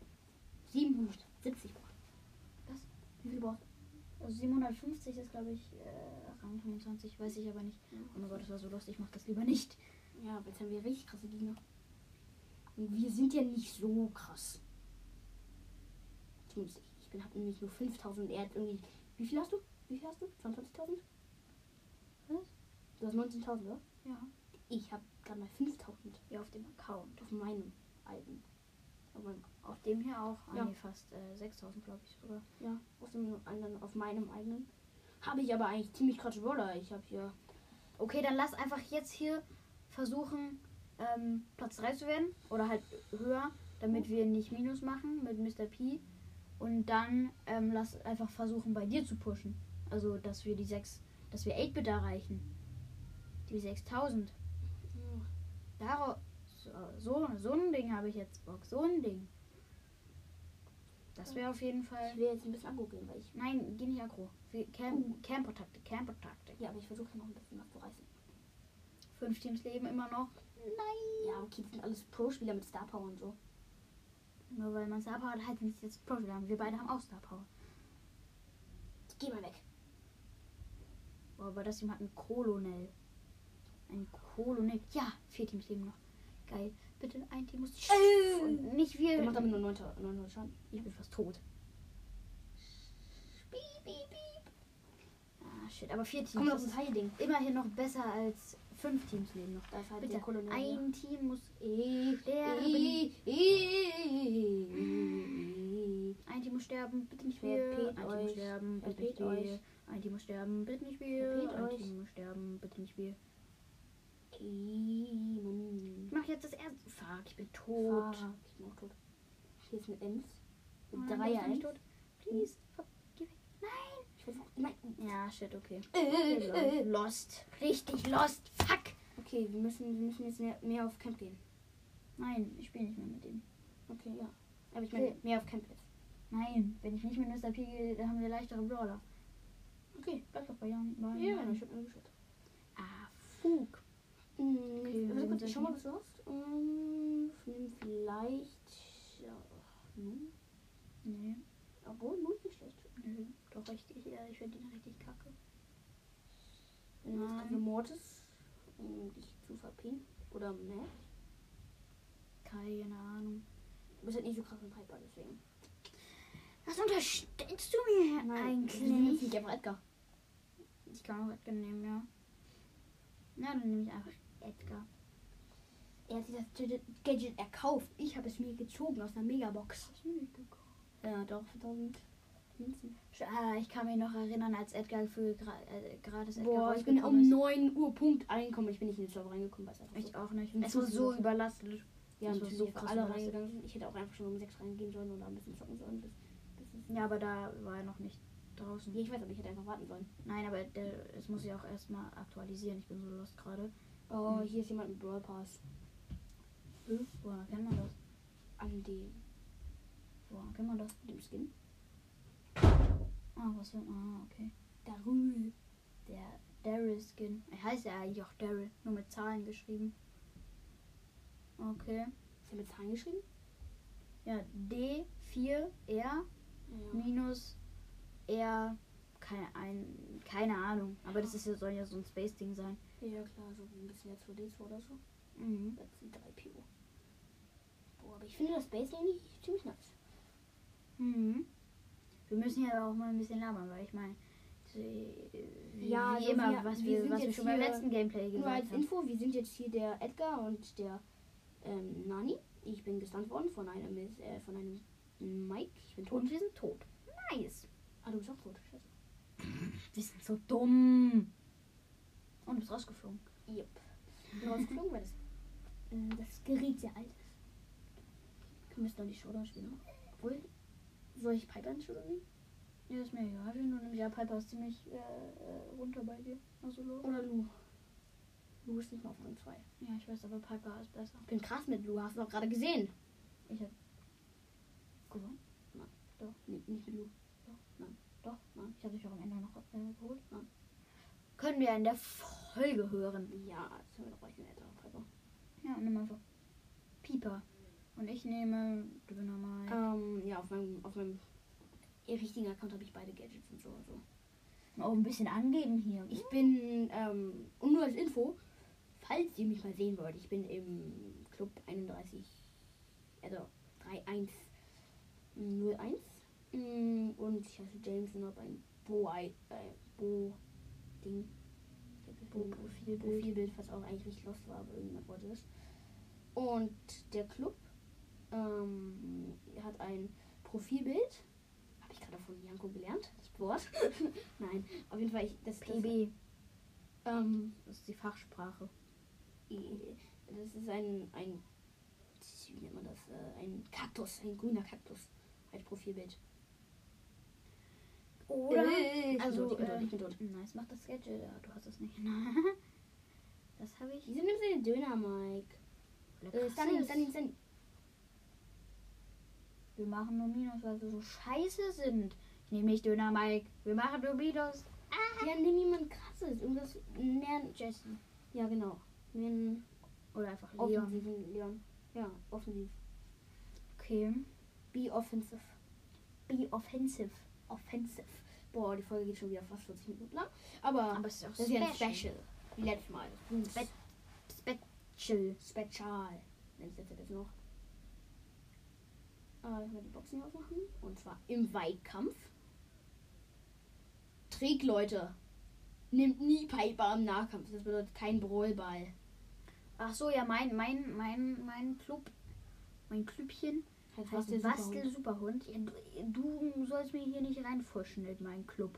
770 brauchst du. Was? Wie viel brauchst du? Also 750 ist, glaube ich, Rang 25, weiß ich aber nicht. Oh mein Gott, das war so lustig, ich mach das lieber nicht. Ja, aber jetzt haben wir richtig krasse Gegner. Und wir sind ja nicht so krass. Zumindest ich hab nämlich nur 5000 und er hat irgendwie. Wie viel hast du? 22.000? Was? Du hast 19.000, oder? Ja. Ich habe gerade mal 5000 Ja, auf dem Account. auf meinem alten. Auf dem hier auch. Ja. Nee, fast 6000, glaube ich sogar. Ja, auf meinem eigenen. Habe ich aber eigentlich ziemlich krasse Roller. Ich habe hier. Okay, dann lass einfach jetzt hier versuchen, Platz 3 zu werden. Oder halt höher, damit wir nicht Minus machen mit Mr. P. Und dann lass einfach versuchen, bei dir zu pushen. Also, dass wir 8-Bit erreichen. Die 6000. Darauf, so ein Ding habe ich jetzt Bock. So ein Ding. Das wäre auf jeden Fall. Ich will jetzt ein bisschen Aggro gehen, weil ich. Nein, geh nicht aggro. Camper-Taktik. Ja, aber ich versuche noch ein bisschen was zu reißen. 5 Teams leben immer noch. Nein. Ja, okay, das sind alles Pro-Spieler mit Star Power und so. Nur weil man Star Power hat, heißt nicht, dass Pro haben. Wir beide haben auch Star Power. Geh mal weg. Boah, aber das Team hat einen Kolonel. Ein Kolonel. Ja, 4 Teams leben noch. Geil. Bitte, ein Team muss. Und nicht wir. Der macht damit nur 900 Schaden. Ich bin fast tot. Piep, piep, piep. Ah, shit. Aber 4 Teams. Komm, Das das ist ist Heilding. immerhin noch besser als 5 Teams leben noch. Da ist halt Bitte, der Kolonel. ein Team muss sterben. Ein Team muss sterben, bitte nicht wir. Verpet Ein Team muss euch. sterben, bitte nicht Verpet wir. euch. Ein Team muss sterben, bitte nicht wir. Verpet Ein euch. Team muss sterben, bitte nicht wir. Mann. Ich mach jetzt das erste. Fuck, ich bin tot. Fuck, ich bin auch tot. Hier ist eine Ems. Oh Mit nein, 3 du bist noch nicht Ems. tot. Please, fuck, geh weg. Nein. Ich versuch. Nein. Ja, shit, okay. Äh. Lost. Richtig lost. Fuck. Okay, wir müssen jetzt mehr auf Camp gehen. Nein, ich spiele nicht mehr mit dem. Okay, ja. Aber ich meine, Okay. mehr auf Camp jetzt. Nein, wenn ich nicht mit Mr. P gehe, dann haben wir leichtere Brawler. Okay. Bleib doch bei Jan. Bei Ja, Jan. ich hab einen geschützt. Ah, Fug. Okay, wir warte sind kurz, schau mal, hier. was du hast. Ich nehme vielleicht. Ja, nun. Nee, Obwohl, nun ist nicht schlecht. nö. Doch richtig, ich finde ihn richtig kacke. Nein. Also Mortis, um dich zu verpinnen. Oder Matt. Keine Ahnung. Du bist halt nicht so krass im Piper, deswegen. Was unterstellst du mir Ich eigentlich? nicht einfach Edgar. Ich kann auch Edgar nehmen, ja. Ja, dann nehme ich einfach Edgar. Er hat sich das Gadget erkauft. Ich habe es mir gezogen aus einer Megabox. Hast du mir nicht gekauft? Ja, doch, für 1000 Münzen. Ich kann mich noch erinnern, als Edgar für gratis Edgar Boah, ich bin rausgekommen um ist. 9 Uhr Punkt eingekommen. Ich bin nicht in den Server reingekommen, weil es einfach Ich auch nicht. Und Es war zu so viel. überlastet. Ja, Das und war so so für krass alle überlastet. reingegangen sind. Ich hätte auch einfach schon um 6 reingehen sollen oder ein bisschen zocken sollen. Bis es Ja, aber da war er noch nicht draußen. ja, ich weiß, aber ich hätte einfach warten sollen. Nein, aber es muss ja auch erstmal aktualisieren. Ich bin so lost gerade. Oh, hier ist jemand mit Brawl Pass. Woher kennt man das? An dem Kennt man das? dem Skin. Was für okay. Darüber. Der Daryl-Skin. Er heißt ja eigentlich auch Daryl, nur mit Zahlen geschrieben. Okay. Ist er mit Zahlen geschrieben? Ja, D4R Ja. minus R. Keine Ahnung. Aber das ist ja, soll ja so ein Space-Ding sein. Ja, klar, so ein bisschen jetzt 2D2 oder so. Mhm. Das sind 3 PO. Boah, aber ich finde das Space eigentlich ziemlich nice. Mhm. Wir müssen ja auch mal ein bisschen labern, weil ich meine, Ja, wie also immer, wir- was wir wir, sind was wir jetzt schon beim hier letzten Gameplay Nur gesagt als haben. Info, wir sind jetzt hier der Edgar und der Nani. Ich bin gestunt worden von einem Mike. Ich bin tot. Und wir sind tot. Nice. Ah, du bist auch tot. Scheiße. Wir sind so dumm. Und du bist rausgeflogen. Yep. Ich bin rausgeflogen, weil das Gerät sehr alt ist. Wir müssen doch nicht Showdown spielen. Obwohl, soll ich Piper in Showdown nehmen? Ja, ist mir egal. Nur nämlich ja, Piper ist ziemlich runter bei dir. Also los. Oder Lu? Lu ist nicht mal auf Rang 2. Ja, ich weiß, aber Piper ist besser. Ich bin krass mit Lu, hast du auch gerade gesehen. Ich hab gewonnen. Nicht mit Lu. Doch. Nein. Ich habe dich auch am Ende noch geholt. Nein. Können wir in der Folge hören. Ja, das haben wir doch gleich eine ältere Piper. Ja, und nimm einfach Piper. Und ich nehme Dynamite. Ja, auf meinem richtigen Account habe ich beide Gadgets und so. Auch ein bisschen angeben hier. Ich bin, und nur als Info, falls ihr mich mal sehen wollt, ich bin im Club 31, also 3101. Und ich heiße James und habe ein Bo-Ding. Profilbild, was auch eigentlich richtig lost war, aber irgendjemand wollte das. Und der Club hat ein Profilbild. Habe ich gerade von Janko gelernt, das Wort. Nein, auf jeden Fall, PB. Das ist die Fachsprache. Das ist ein wie nennt man das? Ein Kaktus, ein grüner Kaktus als Profilbild. Oder? Also, Also, ich bin tot. nice, mach das Gadget. Ja, du hast es nicht. Das habe ich. Wieso nimmst du den Döner, Mike? Stunning. Wir machen nur Minus, weil wir so scheiße sind. Ich nehme nicht Döner, Mike. Wir machen nur Minus. Ja, nimm jemand krasses. Irgendwas mehr. Jesse. Ja, genau. Oder einfach Leon. Offensiven Leon. Ja, offensiv. Okay. Be offensive. Be offensive. Boah, die Folge geht schon wieder fast 40 Minuten lang. Aber es ist auch das ist ja ein Special. Wie letztes Mal. Special. Nennt es jetzt noch. Ich werde die Boxen hier aufmachen. Und zwar im Weitkampf. Trick, Leute. Nimmt nie Piper im Nahkampf. Das bedeutet kein Brawlball. Ach so, ja, mein Club. Mein Klübchen. Heißt Bastel Superhund. Ja, du sollst mir hier nicht reinfuschen in meinen Club.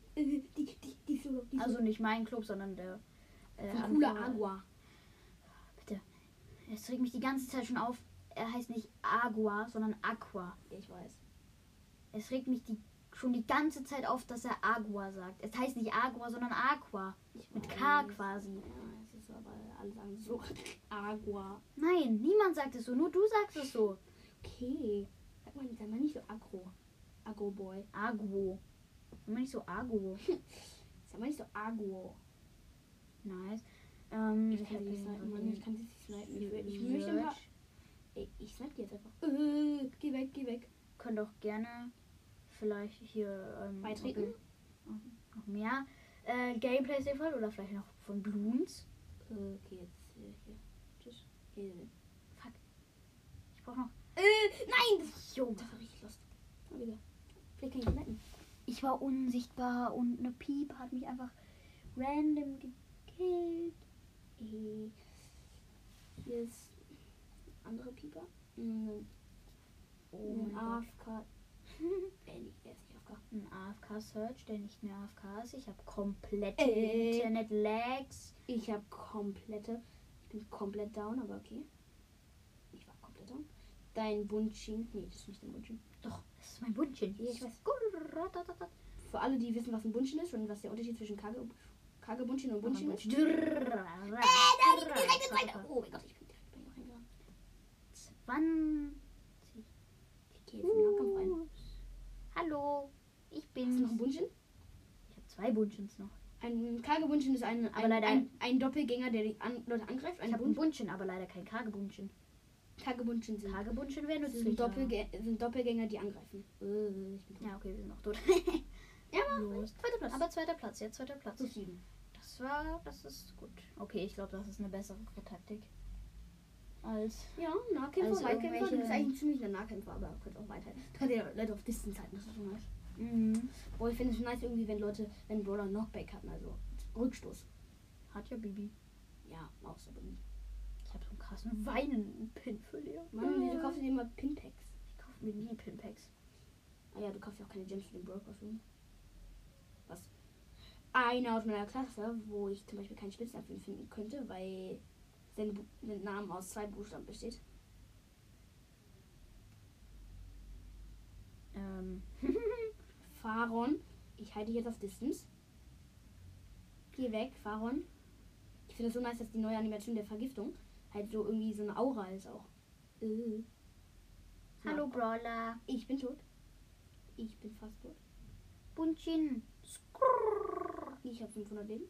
Also nicht mein Club, sondern der Cooler Agua. Bitte. Es regt mich die ganze Zeit schon auf. Er heißt nicht Agua, sondern Aqua. Ja, ich weiß. Es regt mich schon die ganze Zeit auf, dass er Agua sagt. Es heißt nicht Agua, sondern Aqua. Mit K quasi. Ja, es ist so, aber alle sagen so Agua. Nein, niemand sagt es so. Nur du sagst es so. Okay. Sag mal nicht so aggro. Agro-Boy. Aguo. Immer nicht so Aguo. Sag mal nicht so agro. Nice. Ich kann sie nicht snipen, Mann. Ich kann sie nicht snipen. Ich möchte ein paar... Ey, ich snipe die jetzt einfach. Geh weg. Können doch gerne vielleicht hier beitreten. Noch mehr Gameplays sehen wollen oder vielleicht noch von Bloons. Okay, jetzt hier. Tschüss. Hier. Fuck. Ich brauche noch... Nein! Jo. Das war richtig lost. Mal wieder. Vielleicht kann ich snipen. Ich war unsichtbar und eine Piep hat mich einfach random gekillt. Hier ist andere Pieper. Oh mein AFK. Er ist nicht AFK. Ein AFK-Search, der nicht mehr AFK ist. Ich habe komplette Internet-Lags. Ich bin komplett down, aber okay. Ich war komplett down. Dein Bunchin. Nee, das ist nicht dein Bunchin. Doch, das ist mein Bunchin. Ja, ich weiß. Für alle, die wissen, was ein Bunchin ist und was der Unterschied zwischen Kage-Bunchin und Bunchin ist. Oh Oh mein Gott, ich bin direkt bei ihm reingegangen. Wann? Ich gehe jetzt in den Nahkampf rein. Hallo, ich Hast bin's. du noch ein Bunchen? Ich habe 2 Bunchens noch. Ein Kagebunchen ist Aber leider- ein Doppelgänger, der die Leute angreift. Ich habe ein Bunchen, aber leider kein Kagebunchen. Kagebunchen sind, Kagebunchen wäre sind, nützlich. sind Doppelgänger, die angreifen. Ich bin tot. Ja, okay, wir sind noch tot. Ja, aber Los. zweiter Platz. Aber zweiter Platz, jetzt zweiter Platz. Plus 7. Das ist gut. Okay, ich glaube, das ist eine bessere Taktik. Als. Ja, Nahkämpfer, Also Weitkämpfer. Du irgendwelche- bist eigentlich ein ziemlicher Nahkämpfer, aber du kannst auch weiter. Du kannst ja Leute auf Distance halten, das ist so nice. Mhm. Boah, ich finde es nice irgendwie, wenn Brawler Knockback hatten, also Rückstoß. Hat ja Bibi. Ja, auch so. Ich habe so einen krassen Weinen-Pin für dir. Mann, wieso kaufst du dir immer Pinpacks? Ich kaufe mir nie Pinpacks. Ah ja, du kaufst ja auch keine Gems für den Brawl-Kostüm. Was? Einer aus meiner Klasse, wo ich zum Beispiel keinen Spitznamen für ihn finden könnte, weil sein Name aus 2 Buchstaben besteht. Faron. Ich halte dich jetzt auf Distance. Geh weg, Faron. Ich finde es so nice, dass die neue Animation der Vergiftung halt so irgendwie so eine Aura ist auch. Hallo Brawler. Ich bin tot. Ich bin fast tot. Bunchin. Ich habe 500 Leben.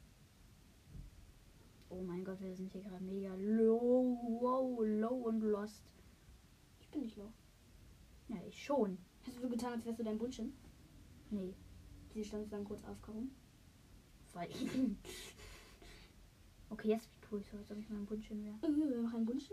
Oh mein Gott, wir sind hier gerade mega low und lost. Ich bin nicht low. Ja, ich schon. Hast du so getan, als wärst du dein Bunchen? Nee, Sie stand dann kurz aufgehoben. weil. Okay, jetzt tue ich so, als ob ich mein Bunchin wäre. Wir machen ein Bunchen.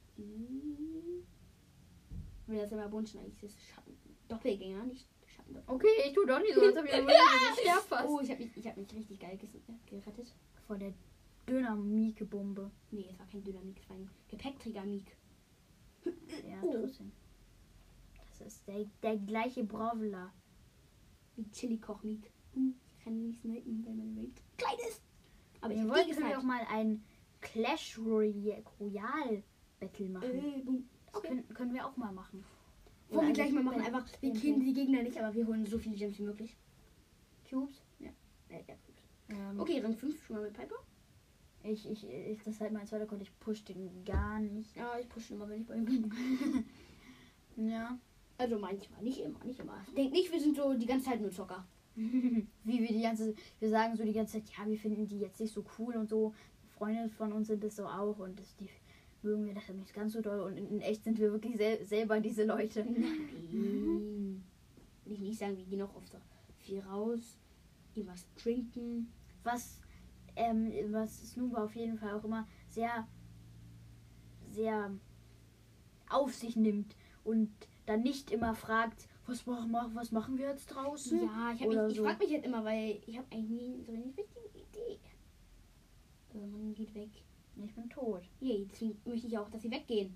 Wenn das immer Bunchen eigentlich ist, Schatten. Doppelgänger, nicht Schattendoppelgänger. Okay, ich tue doch nicht so, als ob ich sterbe fast. Oh, ich hab mich richtig geil gerettet. Vor der Döner-Mieke-Bombe. Nee, es war kein Dynamik, es war ein Gepäckträger-Mik. Ja, Oh. trotzdem. Das ist der gleiche Brawler. Wie Chili-Koch-Mik. Ich kann nicht snipen, weil meine Range klein ist. Aber ich Wir hab wollten die können wir auch gesniped. mal ein Clash Royale Battle machen. Boom. Das Okay. können wir auch mal machen. Wollen wir Oder gleich eine mal machen. Einfach, wir Gameplay. killen die Gegner nicht, aber wir holen so viele Gems wie möglich. Cubes. Ja, gut. Okay. Okay, Rang 5 schon mal mit Piper. Ich, das ist halt mein zweiter Code. Ich push den gar nicht. Ja, ich pushe immer, wenn ich bei ihm bin. Ja. Also manchmal, nicht immer. Denk nicht, wir sind so die ganze Zeit nur Zocker. Wie wir sagen so die ganze Zeit, ja, wir finden die jetzt nicht so cool und so. Freunde von uns sind es so auch und die mögen wir das nicht ganz so doll und in echt sind wir wirklich selber diese Leute. Nein. Will ich nicht sagen, wir gehen auch oft viel raus, gehen was trinken. Was Snoop auf jeden Fall auch immer sehr, sehr auf sich nimmt und dann nicht immer fragt, was machen wir jetzt draußen? Ja, ich Oder frage mich halt immer, weil ich habe eigentlich nie so eine richtige Idee. Man geht weg. Ich bin tot. Yay, deswegen möchte ich auch, dass sie weggehen.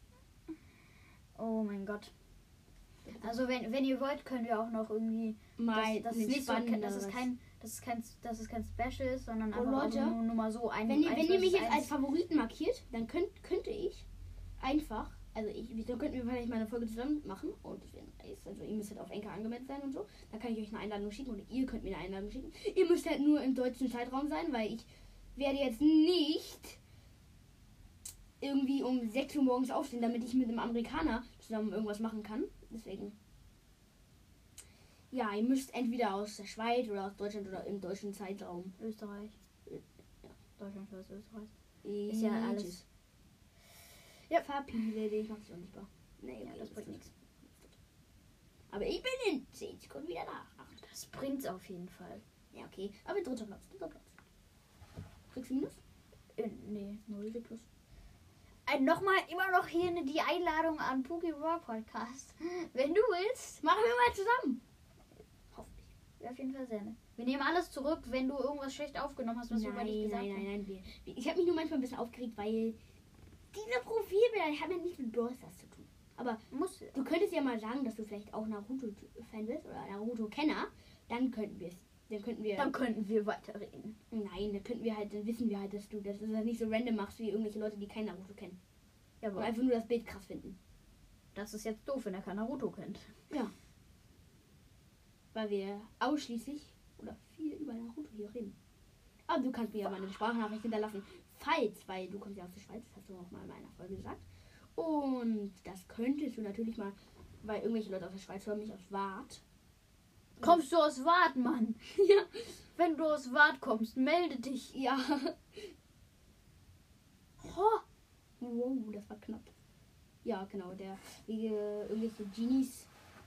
Oh mein Gott. Also wenn ihr wollt, können wir auch noch irgendwie das ist nicht so, das ist kein Special, sondern einfach Leute, nur mal so ein. Wenn ihr mich jetzt als Favoriten markiert, dann könnte ich einfach, so könnten wir vielleicht mal eine Folge zusammen machen und das wäre nice. Also ihr müsst halt auf Enker angemeldet sein und so. Dann kann ich euch eine Einladung schicken oder ihr könnt mir eine Einladung schicken. Ihr müsst halt nur im deutschen Zeitraum sein, weil ich werde jetzt nicht irgendwie um 6 Uhr morgens aufstehen, damit ich mit einem Amerikaner zusammen irgendwas machen kann. Deswegen. Ja, ihr müsst entweder aus der Schweiz oder aus Deutschland oder im deutschen Zeitraum. Österreich. Ja. Deutschland versus Österreich. Ist ja alles. Ja, verpiele dich, mach dich auch nicht bar. Nee, Ja, das bringt nichts. Aber ich bin in 10 Sekunden wieder da. Ach, Das bringt's auf jeden Fall. ja, okay. Aber dritter Platz. Kriegst du Minus? Nee, 0. Krieg Plus. Nochmal immer noch hier die Einladung an Pookie Raw Podcast. Wenn du willst, Machen wir mal zusammen. Hoffentlich. wäre auf jeden Fall sehr nett. Wir nehmen alles zurück, wenn du irgendwas schlecht aufgenommen hast, was wir über dich gesagt haben. Nein. Ich habe mich nur manchmal ein bisschen aufgeregt, weil diese Profilbilder haben ja nicht mit Brawl Stars zu tun. Aber du könntest ja mal sagen, dass du vielleicht auch Naruto-Fan bist oder Naruto-Kenner. Dann könnten wir weiterreden. Nein, dann wissen wir halt, dass du das nicht so random machst wie irgendwelche Leute, die kein Naruto kennen. Ja, Und aber einfach nur das Bild krass finden. das ist jetzt doof, wenn er kein Naruto kennt. Ja. Weil wir ausschließlich oder viel über Naruto hier reden. Aber du kannst mir ja mal eine Sprachnachricht hinterlassen. Weil du kommst ja aus der Schweiz, das hast du auch mal in meiner Folge gesagt. Und das könntest du natürlich mal, weil irgendwelche Leute aus der Schweiz hören mich aus Waadt. Kommst du aus Waadt, Mann? Ja. Wenn du aus Waadt kommst, melde dich. Ja. Oh, Wow, das war knapp. Ja, genau, irgendwelche Genies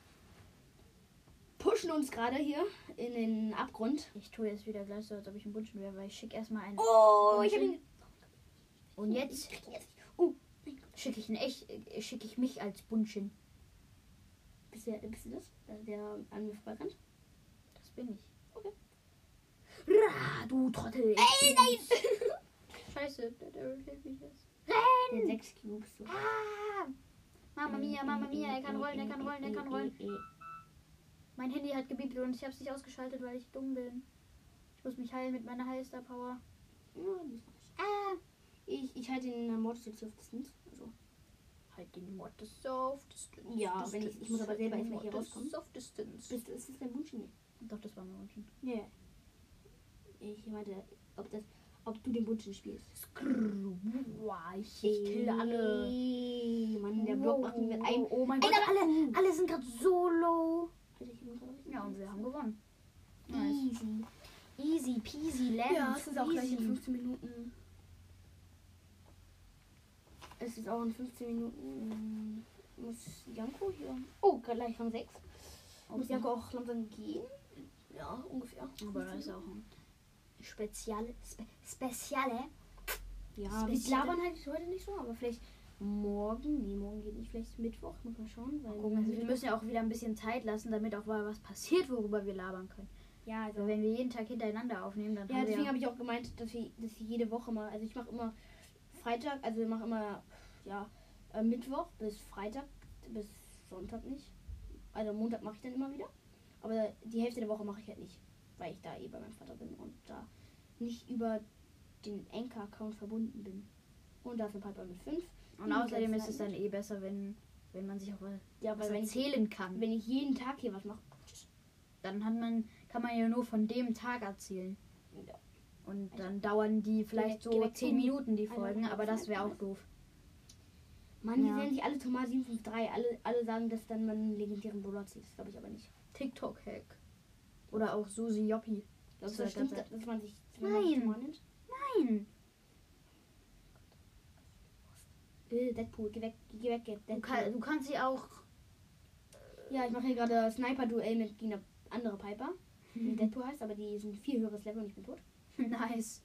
pushen uns gerade hier in den Abgrund. ich tue jetzt wieder gleich so, als ob ich ein Bunchen wäre, weil ich schicke erstmal einen. Oh, ich hab ihn. Und jetzt Oh, schicke ich mich als Bunchen. bist du das? Der an mir vorbeirennt? Das bin ich. Okay. Ra, du Trottel. Ey, nein! Scheiße, der hilft mich jetzt. Der 6 Cubes. So. Ah! Mamma mia, er kann rollen. Mein Handy hat gebiebt und ich habe es nicht ausgeschaltet, weil ich dumm bin. Ich muss mich heilen mit meiner Heilstar Power. Ja, die ist nice. Ah! Ich halte den Modus jetzt hier auf Distanz. Also, Halt den Mortis auf Distance. ja, wenn ich muss aber selber erstmal hier rauskommen. Auf Distance. Ist das dein Wunsch? Nee. Doch, das war mein Wunsch. Ja. Ich meinte, ob du den Wunsch spielst. Ich kill alle. Mann, der Block macht mich mit einem. Oh mein Gott, alle sind gerade so low. Alter, ich bin gerade richtig Ja, und wir haben gewonnen. easy. Easy peasy, lemon Ja, es ist auch gleich in squeezy. 15 Minuten. Es ist auch in 15 Minuten. Muss Janko hier. Oh, gleich Rang 6. Muss Janko auch langsam gehen? Ja, ungefähr. Aber da ist auch ein Speziale. Ja, wir labern halt heute nicht so, aber vielleicht morgen. Nee, morgen geht nicht. Vielleicht Mittwoch. Muss mal schauen. Weil Gucken, also wir müssen ja auch wieder ein bisschen Zeit lassen, damit auch mal was passiert, worüber wir labern können. ja, also. Also wenn wir jeden Tag hintereinander aufnehmen, dann Ja, haben wir deswegen habe ich auch gemeint, dass ich jede Woche mal. Also ich mache immer Freitag, also ich mache immer Mittwoch bis Freitag, bis Sonntag nicht. Also Montag mache ich dann immer wieder. Aber die Hälfte der Woche mache ich halt nicht, weil ich da bei meinem Vater bin und da nicht über den Anchor-Account verbunden bin. Und da ist eine Piper mit 5. Und außerdem ist es dann eh besser, wenn man sich auch mal Ja, was weil erzählen kann. wenn ich jeden Tag hier was mache. Dann kann man ja nur von dem Tag erzählen. Ja. Und dann dauern die vielleicht Geh weg, so 10 Minuten, die Also, Folgen, aber das wäre also, auch doof. Mann, die Ja. nennen sich alle Thomas 753. Alle sagen, dass dann man einen legendären Brawler zieht. Das glaube ich aber nicht. TikTok-Hack. Oder auch Susi Joppi. Das Das stimmt, ganz- dass man sich Nein. Thomas nennt. Nein. Deadpool, geh weg, Deadpool. Du kannst sie auch. Ja, ich mache hier gerade Sniper-Duell mit einer anderen Piper, die Deadpool heißt, aber die sind viel höheres Level und ich bin tot. Nice.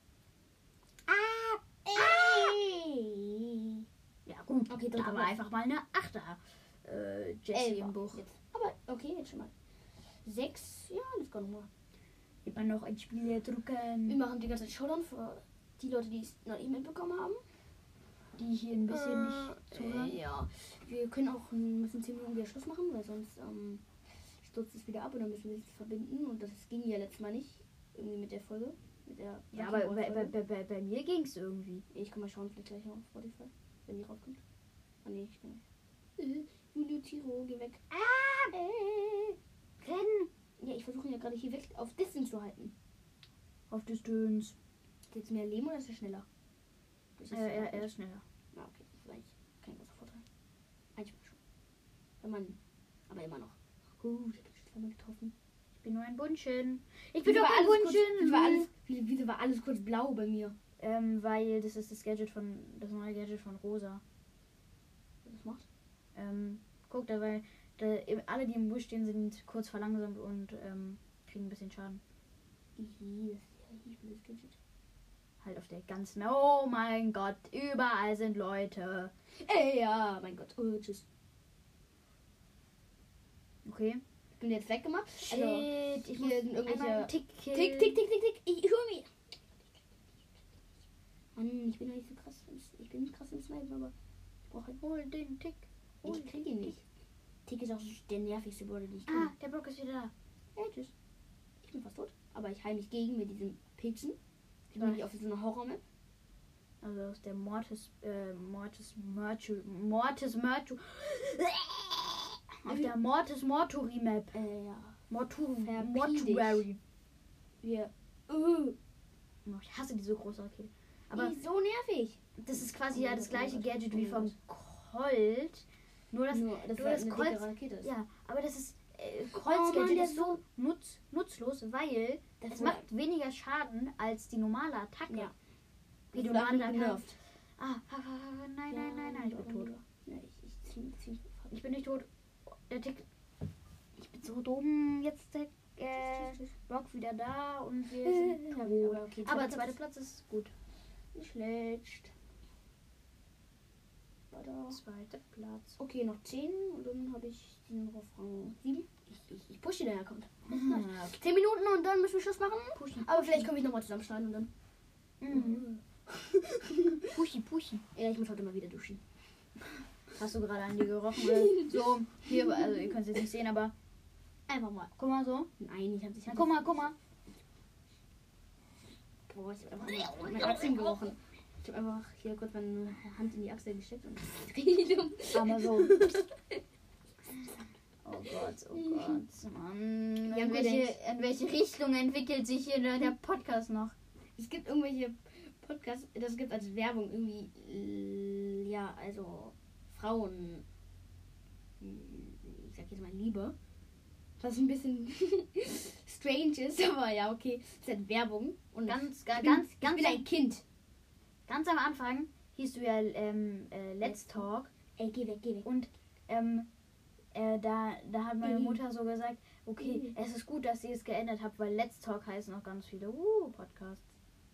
Ey. Ja, gut. Okay, Da dritter war Platz. einfach mal eine Achter. Jessie im Buch. Jetzt. Aber okay, jetzt schon mal. 6, ja, let's go nochmal. Immer noch ein Spiel Wir drücken, machen die ganze Zeit Showdown für die Leute, die es noch nicht mitbekommen haben. die hier ein bisschen nicht zuhören. Ja, wir können auch müssen 10 Minuten wieder Schluss machen, weil sonst stürzt es wieder ab und dann müssen wir sich verbinden. Und das ging ja letztes Mal nicht. Irgendwie mit der Folge. Mit der Ja, aber Folge. bei mir ging es irgendwie. Ich kann mal schauen, vielleicht gleich auf Spotify, wenn die rauskommt. Ah nee, ich kann nicht. Julio Tiro, geh weg. Rennen! Ja, ich versuche ihn ja gerade hier weg auf Distance zu halten. Auf Distanz. Geht's mehr Leben oder ist er schneller? Das ist Er ist schneller. Ja, okay, das ist eigentlich kein großer Vorteil. Eigentlich schon. Wenn man, aber immer noch. Ich hab ihn zweimal getroffen. Ich bin nur ein Bunchen. Ich bin Wieso doch war ein alles kurz- Bunchen! Wieso war alles kurz blau bei mir? Weil das ist das neue Gadget von Rosa. Was das macht? Guck, weil alle, die im Busch stehen, sind kurz verlangsamt und kriegen ein bisschen Schaden. Das ist ja ich will das Gadget. Halt auf der ganzen. Oh mein Gott, überall sind Leute. Ey, ja, mein Gott. Oh, tschüss. Okay. Ich bin jetzt weggemacht. Shit, Also, ich hier sind muss einmal irgendwelche... einen Tick killen. Tick, tick, tick, tick, tick. Ich höre mich. Mann, ich bin doch nicht so krass. Ich bin krass im Snipen, aber ich brauche halt... Hol den Tick. Ich kriege ihn nicht. Tick ist auch der nervigste Brawler, den ich kenne. Ah, der Block ist wieder da. Ja, tschüss. Ich bin fast tot. Aber ich heile mich gegen mit diesem Pilzen. Ich bin Was? nicht auf so einer Horror-Map. Also aus der Mortis auf der Mortis Mortuary Map. Ja. Mortuary. Wir... Oh, ich hasse diese große Rakete. Aber die ist so nervig. das ist quasi Oh ja mein das Gott, oh mein gleiche Gott, Gadget oh wie mein vom Gott. Colt. Nur das eine Colt. dicke Rakete ist. Ja, aber das ist. Mann, Colts der ist so nutzlos, weil Das es wird- macht weniger Schaden als die normale Attacke. Ja. Wie Das du wird dann genervt. Nein, ich bin tot. Ja, ich zieh. Ich bin nicht tot. Der Tick. Ich bin so dumm. Jetzt der Rock wieder da und wir sind tot. Okay, Aber zweiter Platz ist gut. Nicht schlecht. Weiter. Zweiter Platz. Okay, noch 10 und dann habe ich den auf Rang 7. Ich pushe den Account. Okay. 10 Minuten und dann müssen wir Schluss machen. Pushy. Aber vielleicht können wir nochmal zusammenschneiden und dann. Pushy. Ja, ich muss heute mal wieder duschen. Hast du gerade an dir gerochen? Oder? So, hier, also ihr könnt es jetzt nicht sehen, aber Einfach mal. guck mal so. Nein, ich habe dich. Na, guck mal. Boah, ich habe einfach meine Achseln gerochen. Ich habe einfach hier kurz meine Hand in die Achsel gesteckt und Aber so. Oh Gott, Mann. Ja, In gut, welche Richtung entwickelt sich hier der Podcast noch? Es gibt irgendwelche Podcasts, das gibt als Werbung irgendwie, ja, also Frauen, ich sag jetzt mal Liebe. Was ein bisschen strange ist, aber ja, okay. Es ist halt Werbung. Und Ganz ich bin ein Kind. Ganz am Anfang hieß du ja Let's Talk. Ey, geh weg. Und da hat meine Mhm. Mutter so gesagt, okay, es ist gut, dass ihr es geändert habt, weil Let's Talk heißen noch ganz viele Podcasts.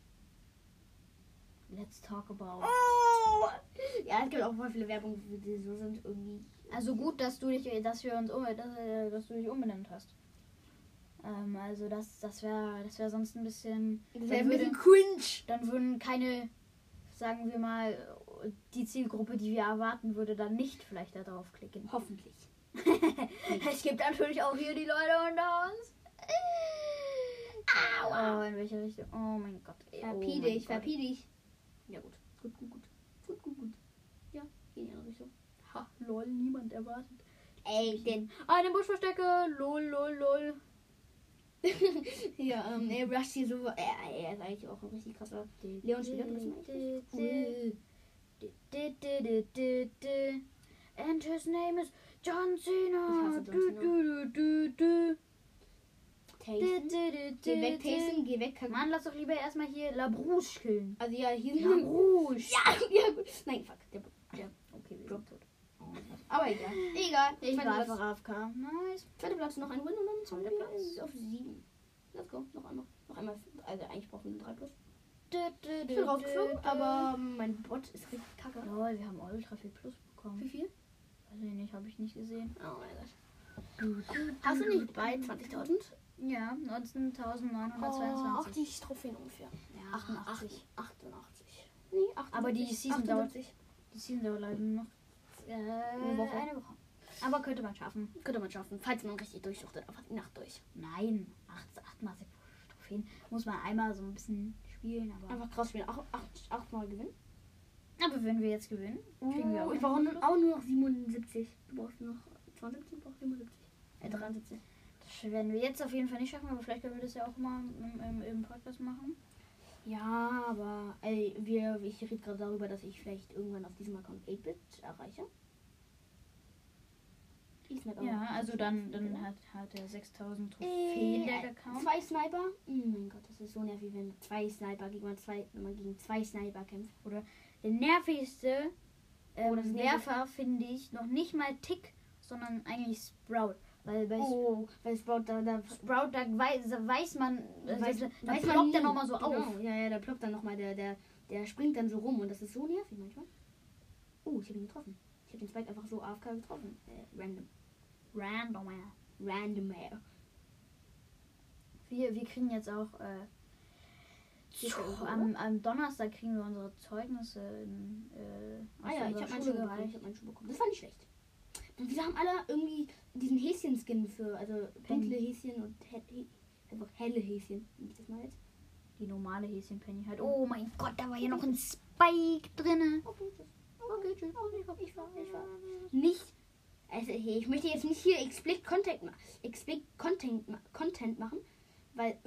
Let's Talk About. Oh! Ja, es gibt auch voll viele Werbungen, die so sind irgendwie. Also gut, dass du dich umbenannt hast. Also das wäre sonst ein bisschen. Das wäre ein bisschen cringe. Dann würden keine, sagen wir mal, die Zielgruppe, die wir erwarten würde, dann nicht vielleicht da drauf klicken. Hoffentlich. Es gibt natürlich auch hier die Leute unter uns. Aua. Oh, in welche Richtung? Oh mein Gott. Verpieh dich. Ja, gut. Gut. Ja, geh in die andere Richtung. Ha, lol, niemand erwartet. Ey, den. Den Busch verstecke. Lol. Ja, er rusht hier so. Er ist eigentlich auch ein richtig krasser Leon-Spieler. Das ist echt cool. And his name is John Cena. Ich hasse John Cena. Tasten. Geh weg. Mann, lass doch lieber erstmal hier Labrouche killen. Also ja, hier sind Labrouche. Ja, gut. Nein, fuck. Okay, wir sind tot. Aber egal. Ich Zweiter war Platz. einfach AFK. Nice. Zweiter Platz, noch ein Win und dann zweiter Zweiter Platz Platz. auf 7. Let's go. Noch einmal. Also eigentlich brauchen wir 3 plus. Ich Ich bin rausgeflogen, aber mein Bot ist richtig kacke. Lol, wir haben ultra viel Plus bekommen. Wie viel? Weiß ich nicht, habe ich nicht gesehen. Oh mein Gott. Hast du nicht bei 20.000? Ja, 19.922. 80 Trophäen ungefähr. Ja, 88. 88. Nee, 88. Aber die Season 78. Die Season dauert leider nur noch Eine Woche. Eine Woche. Aber könnte man schaffen. Könnte man schaffen, falls man richtig durchsuchtet. Einfach die Nacht durch. Nein, 88 Trophäen muss man einmal so ein bisschen spielen. Aber, Einfach krass spielen. 8 Mal gewinnen. aber wenn wir jetzt gewinnen, kriegen wir auch. Ich brauche auch nur noch 77. Du brauchst nur noch 72, du brauchst 77. 73. Das werden wir jetzt auf jeden Fall nicht schaffen, aber vielleicht können wir das ja auch mal im Podcast machen. Ja, aber ich rede gerade darüber, dass ich vielleicht irgendwann auf diesem Account 8-Bit erreiche. Ja, also dann hat er 6000 Trophäen der Account. 2 Sniper? Oh mein Gott, das ist so nervig, wenn 2 Sniper wenn man gegen 2 Sniper kämpft. Oder der nervigste das ist Werfer finde ich noch nicht mal Tick, sondern eigentlich Sprout. Weil bei weil Sprout da Sprout, da weiß man, da weiß ploppt man der nie. nochmal so Genau. auf. Ja, da ploppt dann nochmal, der springt dann so rum und das ist so nervig manchmal. Oh, ich habe ihn getroffen. Ich habe den Spike einfach so AFK getroffen. Random. Wir kriegen jetzt auch am Donnerstag kriegen wir unsere Zeugnisse aus Ich unserer habe meinen Schule Schuh gereicht. bekommen. Das war nicht schlecht. Und wir haben alle irgendwie diesen Häschen-Skin für, also dunkle Häschen und einfach helle Häschen. Wie ich das mal jetzt. Die normale Häschenpenny halt. Oh mein Gott, da war hier noch ein Spike drinne. Okay, tschüss. Ich war. Nicht. Also, hey, ich möchte jetzt nicht hier explicit Content machen, weil,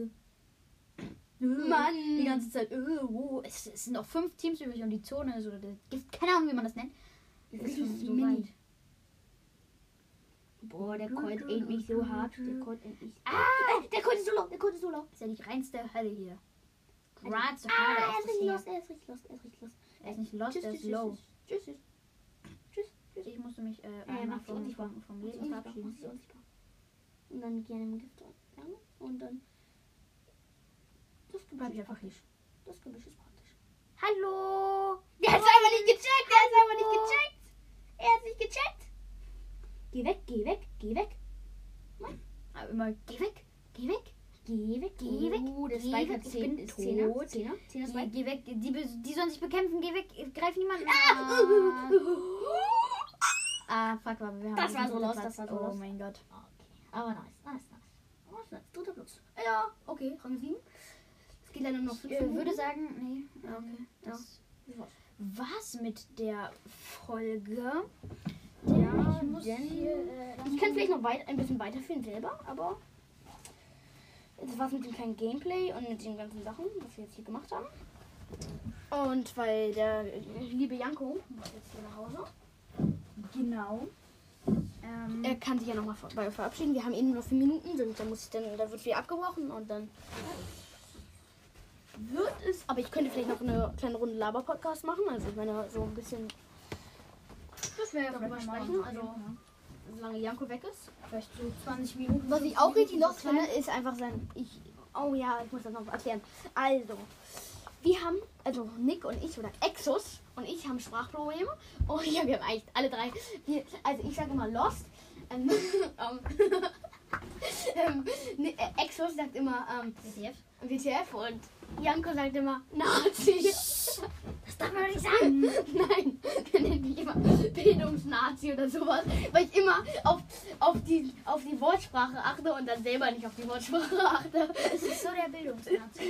Mann. Die ganze Zeit, es sind noch 5 Teams übrig und die Zone ist, oder es gibt keine Ahnung, wie man das nennt. ist schon so mini. weit. Boah, der Colt aimt mich so hart. Der Colt aimt mich. Ah! Der Colt ist so low. Der Colt ist so low. Ist ja die reinste Hölle hier. Ah, Gerade er ist richtig lost. Er ist richtig lost. Er ist richtig lost. Er ist nicht lost, Tschüss, er ist tschüss, low. Tschüss, tschüss. Tschüss, tschüss. Ich musste mich Mach einmal sie unsichtbar. vom Mach sie Leben unsichtbar. verabschieden. Mach sie unsichtbar. Und dann gerne im Gift rein. Und dann. Das Gebüsch Bleib ich ist einfach praktisch. Das Gebüsch ist praktisch. Hallo! Der hat es einfach nicht gecheckt! Er hat nicht gecheckt! Geh weg, geh weg, geh weg! Aber immer Geh weg, geh weg, geh weg, geh weg. Der Geh Spike weg. hat Ich bin 10 Zehner, tot. Zehner, Spike. Geh weg, die sollen sich bekämpfen, geh weg, greif niemanden an. Fuck, aber wir haben Das war diesen so lost, Platz. das war so Oh lost. mein Gott. Okay, aber nice. Oh, nice. Dritter Platz. Ja, okay, Rang 7. Es geht leider noch 5 Ich Minuten. würde sagen, nee. Ja, okay. Das Ja. war's mit der Folge. Ja, ich muss denn- hier, Ich kann vielleicht noch ein bisschen weiterführen selber, aber das war's mit dem kleinen Gameplay und mit den ganzen Sachen, was wir jetzt hier gemacht haben. Und weil der liebe Janko muss jetzt hier nach Hause. genau. Er kann sich ja nochmal verabschieden. Wir haben eh nur noch 4 Minuten, da wird viel abgebrochen und dann wird es. Aber ich könnte vielleicht noch eine kleine Runde Laber-Podcast machen. Also ich meine, so ein bisschen Das wäre darüber sprechen. Also solange Janko weg ist. vielleicht so 20 Minuten. Was ich auch richtig lost finde, ist einfach sein. Oh ja, ich muss das noch erklären. Also, wir haben, also Nick und ich oder Exos und ich haben Sprachprobleme. Oh ja, wir haben eigentlich alle drei. Also ich sage immer lost. Exos sagt immer WTF und Janko sagt immer Nazi. Das darf man doch nicht sagen. Nein, der nennt mich immer Bildungsnazi oder sowas, weil ich immer auf die Wortsprache achte und dann selber nicht auf die Wortsprache achte. Das ist so der Bildungsnazi.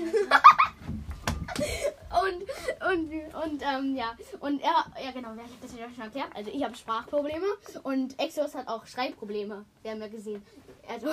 Und ja genau, ich habe das ja schon erklärt. Also ich habe Sprachprobleme und Exos hat auch Schreibprobleme. Wir haben ja gesehen. Also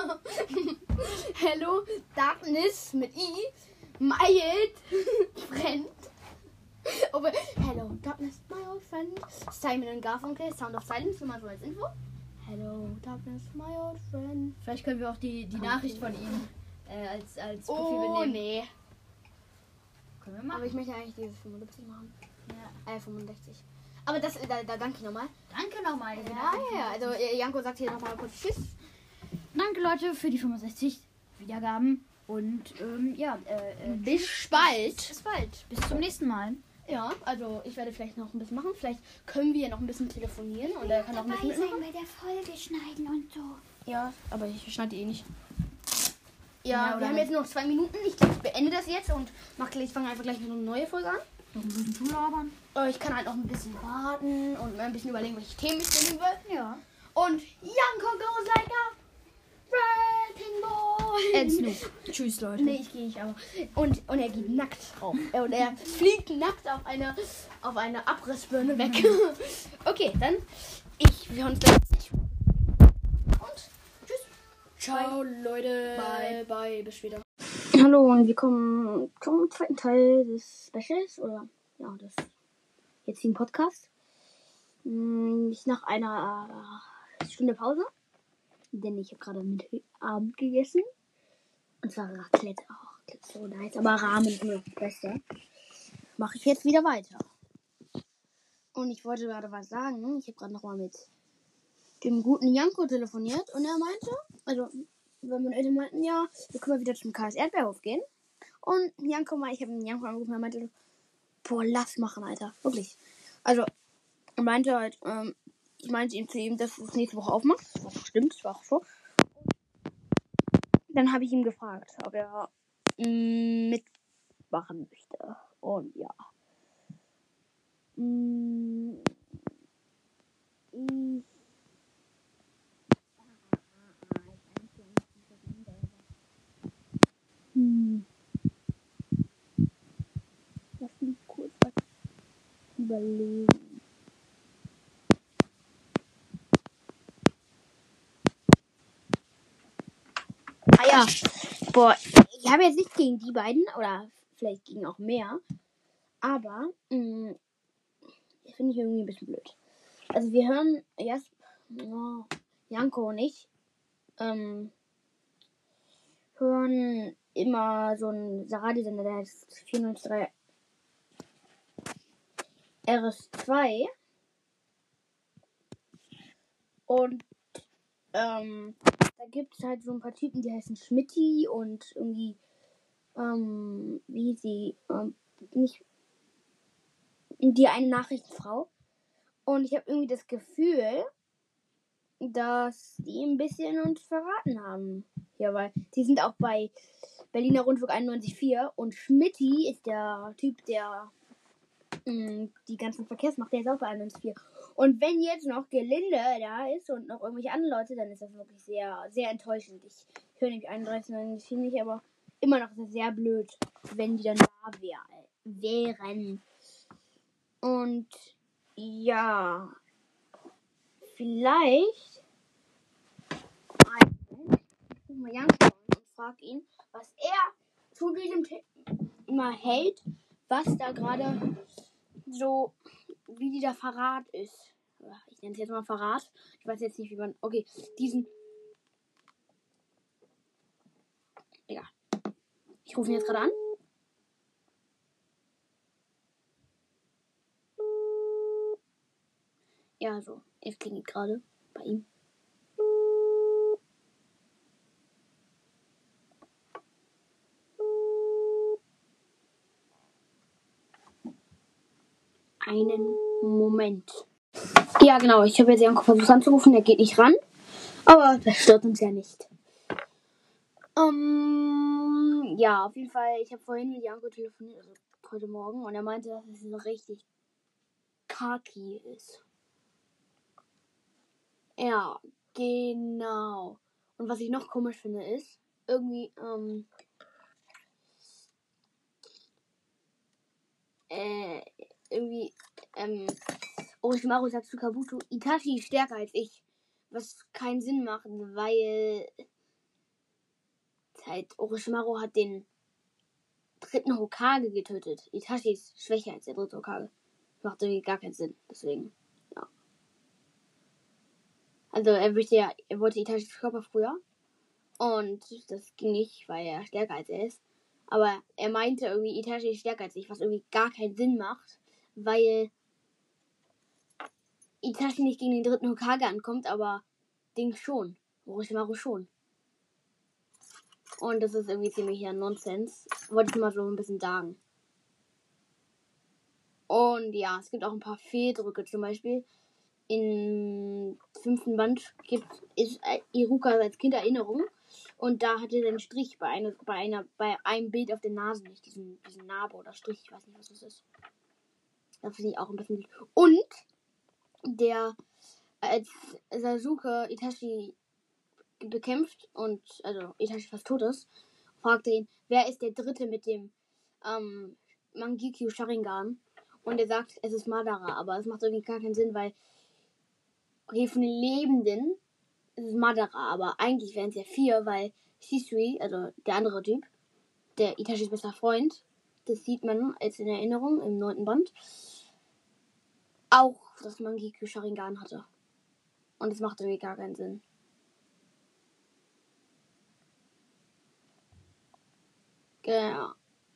Hello Darkness mit I, mild friend. Aber Hello Darkness, my old friend. Simon und Garfunkel, Sound of Silence, nur mal so als Info. Hello Darkness, my old friend. Vielleicht können wir auch die Nachricht von ihm als Profil Oh benehmen. nee. Können wir machen. Aber ich möchte eigentlich dieses 75 machen. Ja. 65. Aber da danke ich nochmal. Danke nochmal. Ja. Also Janko sagt hier nochmal kurz Tschüss. Danke Leute für die 65 Wiedergaben und Bis bald. bis bald. Bis zum nächsten Mal. Ja, also ich werde vielleicht noch ein bisschen machen. Vielleicht können wir noch ein bisschen telefonieren und er kann noch ein bisschen mitmachen. bei der Folge schneiden und so. Ja, aber ich schneide eh nicht. Ja, Ja, oder wir haben halt- jetzt nur noch 2 Minuten. Ich glaube, ich beende das jetzt und ich fange einfach gleich noch eine neue Folge an. Noch ein bisschen zulabern. Ich kann halt noch ein bisschen warten und mir ein bisschen überlegen, welche Themen ich nehmen will. Ja. Und Janko goes like a wrecking ball. Snoop. Tschüss Leute. Nee, ich gehe nicht, aber. Und er geht nackt drauf. Und er fliegt nackt auf eine Abrissbirne weg. Okay, dann wir hören uns gleich. Und tschüss. Ciao, Leute. Bye. Bis später. Hallo und willkommen zum zweiten Teil des Specials oder ja, des jetzigen Podcasts. Nach einer Stunde Pause, denn ich habe gerade mit Abend gegessen. Und zwar Raclette auch. Das ist so nice, aber Ramen ist immer noch das Beste. Mache ich jetzt wieder weiter. Und ich wollte gerade was sagen. Ich habe gerade nochmal mit dem guten Janko telefoniert und er meinte, also wenn meine Eltern meinten, ja, wir können mal wieder zum KS Erdbeerhof gehen. Und Janko ich habe den Janko angerufen, er meinte, boah, lass machen, Alter. Wirklich. Also, er meinte halt, ich meinte ihm zu ihm, dass es nächste Woche aufmacht. Was stimmt, das war auch so. Dann habe ich ihn gefragt, ob er mitmachen möchte. Und ja. Lass mich kurz was überlegen. Ah ja, boah, ich habe jetzt nichts gegen die beiden oder vielleicht gegen auch mehr, aber das finde ich irgendwie ein bisschen blöd. Also wir hören Janko und ich hören immer so einen Radiosender, der heißt 403 RS2. Und da gibt es halt so ein paar Typen, die heißen Schmitti und irgendwie nicht die eine Nachrichtenfrau. Und ich habe irgendwie das Gefühl, dass die ein bisschen uns verraten haben. Ja, weil die sind auch bei Berliner Rundfunk 91.4 und Schmitti ist der Typ, der die ganzen Verkehrs macht, der ist auch bei 91.4. Und wenn jetzt noch Gelinde da ist und noch irgendwelche anderen Leute, dann ist das wirklich sehr, sehr enttäuschend. Ich höre nämlich 31.94 nicht, aber immer noch sehr blöd, wenn die dann da wären. Und ja, vielleicht ich rufe mal Jan an und frage ihn, was er zu diesem Thema hält, was da gerade so, wie dieser Verrat ist. Ich nenne es jetzt mal Verrat. Ich weiß jetzt nicht, wie man. Okay, Ja. Ich rufe ihn jetzt gerade an. Ja, so. Es klingelt gerade bei ihm. Einen Moment. Ja, genau. Ich habe jetzt Janko versucht anzurufen. Der geht nicht ran. Aber das stört uns ja nicht. Ja, auf jeden Fall. Ich habe vorhin mit Janko telefoniert, also heute Morgen. Und er meinte, dass es so richtig kaki ist. Ja, genau. Und was ich noch komisch finde ist, irgendwie, Orochimaru sagt zu Kabuto, Itachi ist stärker als ich. Was keinen Sinn macht, weil Orochimaru hat den dritten Hokage getötet. Itachi ist schwächer als der dritte Hokage. Macht irgendwie gar keinen Sinn. Deswegen, ja. Also er wollte Itachis Körper früher. Und das ging nicht, weil er stärker als er ist. Aber er meinte irgendwie, Itachi ist stärker als ich, was irgendwie gar keinen Sinn macht, weil Itachi nicht gegen den dritten Hokage ankommt, aber Ding schon. Orochimaru schon. Und das ist irgendwie ziemlicher Nonsens. Wollte ich mal so ein bisschen sagen. Und ja, es gibt auch ein paar Fehldrücke. Zum Beispiel im 5. Band ist Iruka als Kind Erinnerung. Und da hatte er einen Strich bei einem Bild auf der Nase nicht. Diesen Narbe oder Strich, ich weiß nicht, was das ist. Das finde ich auch ein bisschen. Und als Sasuke Itachi bekämpft und also Itachi fast tot ist, fragte ihn, wer ist der Dritte mit dem Mangekyo Sharingan? Und er sagt, es ist Madara, aber es macht irgendwie gar keinen Sinn, weil von den Lebenden ist es Madara, aber eigentlich wären es ja 4, weil Shisui, also der andere Typ, der Itachis bester Freund, das sieht man als in Erinnerung im 9. Band, auch das Mangekyo Sharingan hatte. Und es macht irgendwie gar keinen Sinn. Genau.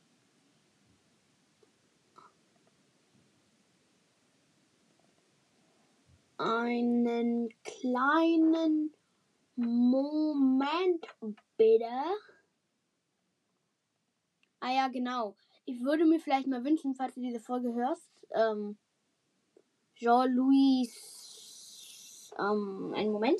Einen kleinen Moment, bitte. Ah ja, genau. Ich würde mir vielleicht mal wünschen, falls du diese Folge hörst, Jean-Louis, einen Moment.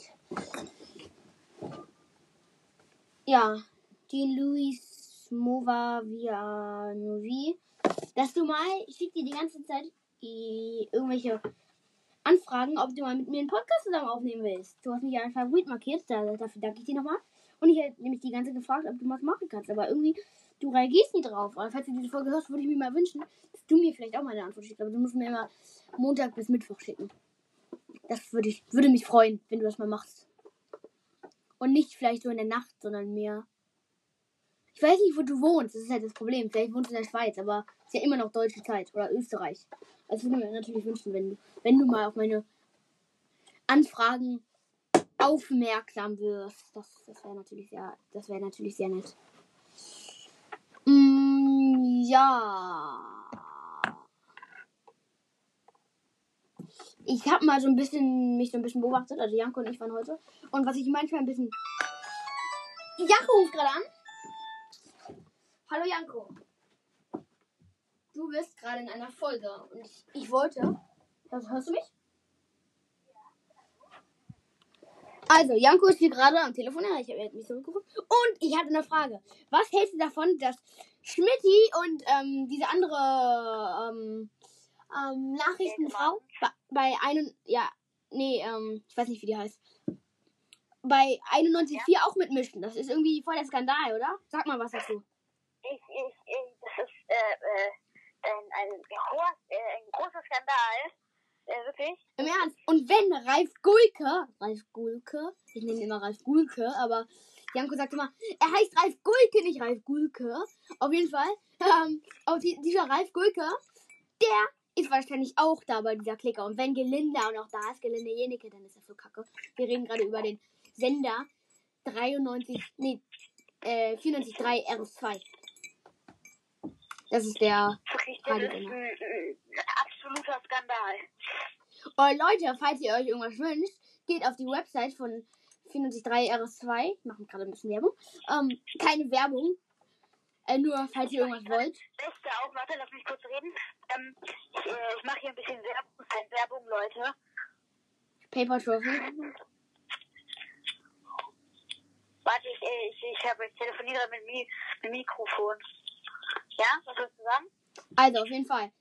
Ja, Jean-Louis Movavianovi, dass du mal, ich schicke dir die ganze Zeit irgendwelche Anfragen, ob du mal mit mir einen Podcast zusammen aufnehmen willst. Du hast mich ja als Favorit markiert, dafür danke ich dir nochmal. Und ich hätte nämlich die ganze Zeit gefragt, ob du was machen kannst, aber irgendwie, du reagierst nie drauf. Aber falls du diese Folge hörst, würde ich mir mal wünschen, dass du mir vielleicht auch mal eine Antwort schickst. Aber du musst mir immer Montag bis Mittwoch schicken. Das würde mich freuen, wenn du das mal machst. Und nicht vielleicht so in der Nacht, sondern mehr. Ich weiß nicht, wo du wohnst, das ist halt das Problem. Vielleicht wohnst du in der Schweiz, aber es ist ja immer noch deutsche Zeit oder Österreich. Also würde ich mir natürlich wünschen, wenn du mal auf meine Anfragen aufmerksam wirst. Das wäre natürlich sehr nett. Ja. Ich habe mal mich so ein bisschen beobachtet. Also Janko und ich waren heute. Und was ich manchmal ein bisschen... Janko ruft gerade an. Hallo Janko. Du bist gerade in einer Folge. Und ich wollte... Hörst du mich? Also, Janko ist hier gerade am Telefon. Er hat mich zurückgerufen. Und ich hatte eine Frage. Was hältst du davon, dass Schmidti und diese andere Nachrichtenfrau bei einem... Ja, nee, ich weiß nicht, wie die heißt. Bei 91.4 auch mitmischen. Das ist irgendwie voll der Skandal, oder? Sag mal was dazu. Das ist ein großer Skandal. Wirklich? Im Ernst. Und wenn Ralf Gulke, ich nenne ihn immer Ralf Gulke, aber Janko sagt immer, er heißt Ralf Gulke, nicht Ralf Gulke. Auf jeden Fall, dieser Ralf Gulke, der ist wahrscheinlich auch da bei dieser Clique. Und wenn Gelinde auch noch da ist, Gelinde Jenike, dann ist er für Kacke. Wir reden gerade über den Sender 94.3 RS2. Das ist der Radiosender. Ein absoluter Skandal. Und Leute, falls ihr euch irgendwas wünscht, geht auf die Website von 94.3 RS2. Ich mache gerade ein bisschen Werbung. Keine Werbung. Nur falls ihr irgendwas wollt. Beste auch, warte, lass mich kurz reden. Ich mache hier ein bisschen Werbung, Leute. Paper Trophy. Warte, ich telefoniere mit Mikrofon. Ja, was willst du sagen? Also, auf jeden Fall.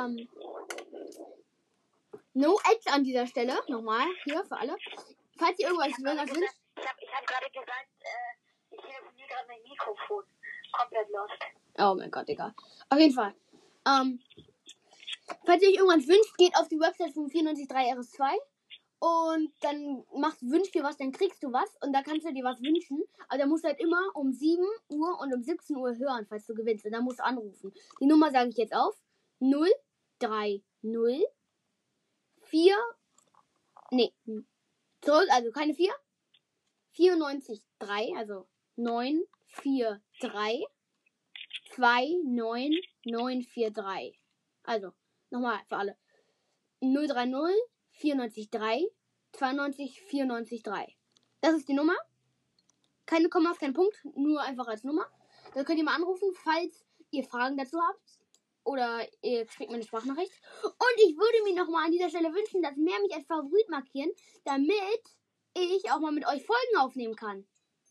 No Ads an dieser Stelle. Nochmal, hier für alle. Falls ihr irgendwas wünscht. Ich habe gerade gesagt, ich telefoniere gerade mit Mikrofon. Komplett lost. Oh mein Gott, egal. Auf jeden Fall. Falls ihr euch irgendwas wünscht, geht auf die Website von 94.3 RS2. Und dann wünsch dir was, dann kriegst du was. Und da kannst du dir was wünschen. Aber da musst du halt immer um 7 Uhr und um 17 Uhr hören, falls du gewinnst. Und dann musst du anrufen. Die Nummer sage ich jetzt auf. 030 4. Nee. Zurück, also keine 4. 94.3, also 943 29943. Also, nochmal für alle. 030 94.3 92 94.3. Das ist die Nummer. Keine Kommas, kein Punkt, nur einfach als Nummer. Da könnt ihr mal anrufen, falls ihr Fragen dazu habt. Oder ihr kriegt meine Sprachnachricht. Und ich würde mir nochmal an dieser Stelle wünschen, dass mehr mich als Favorit markieren, damit ich auch mal mit euch Folgen aufnehmen kann.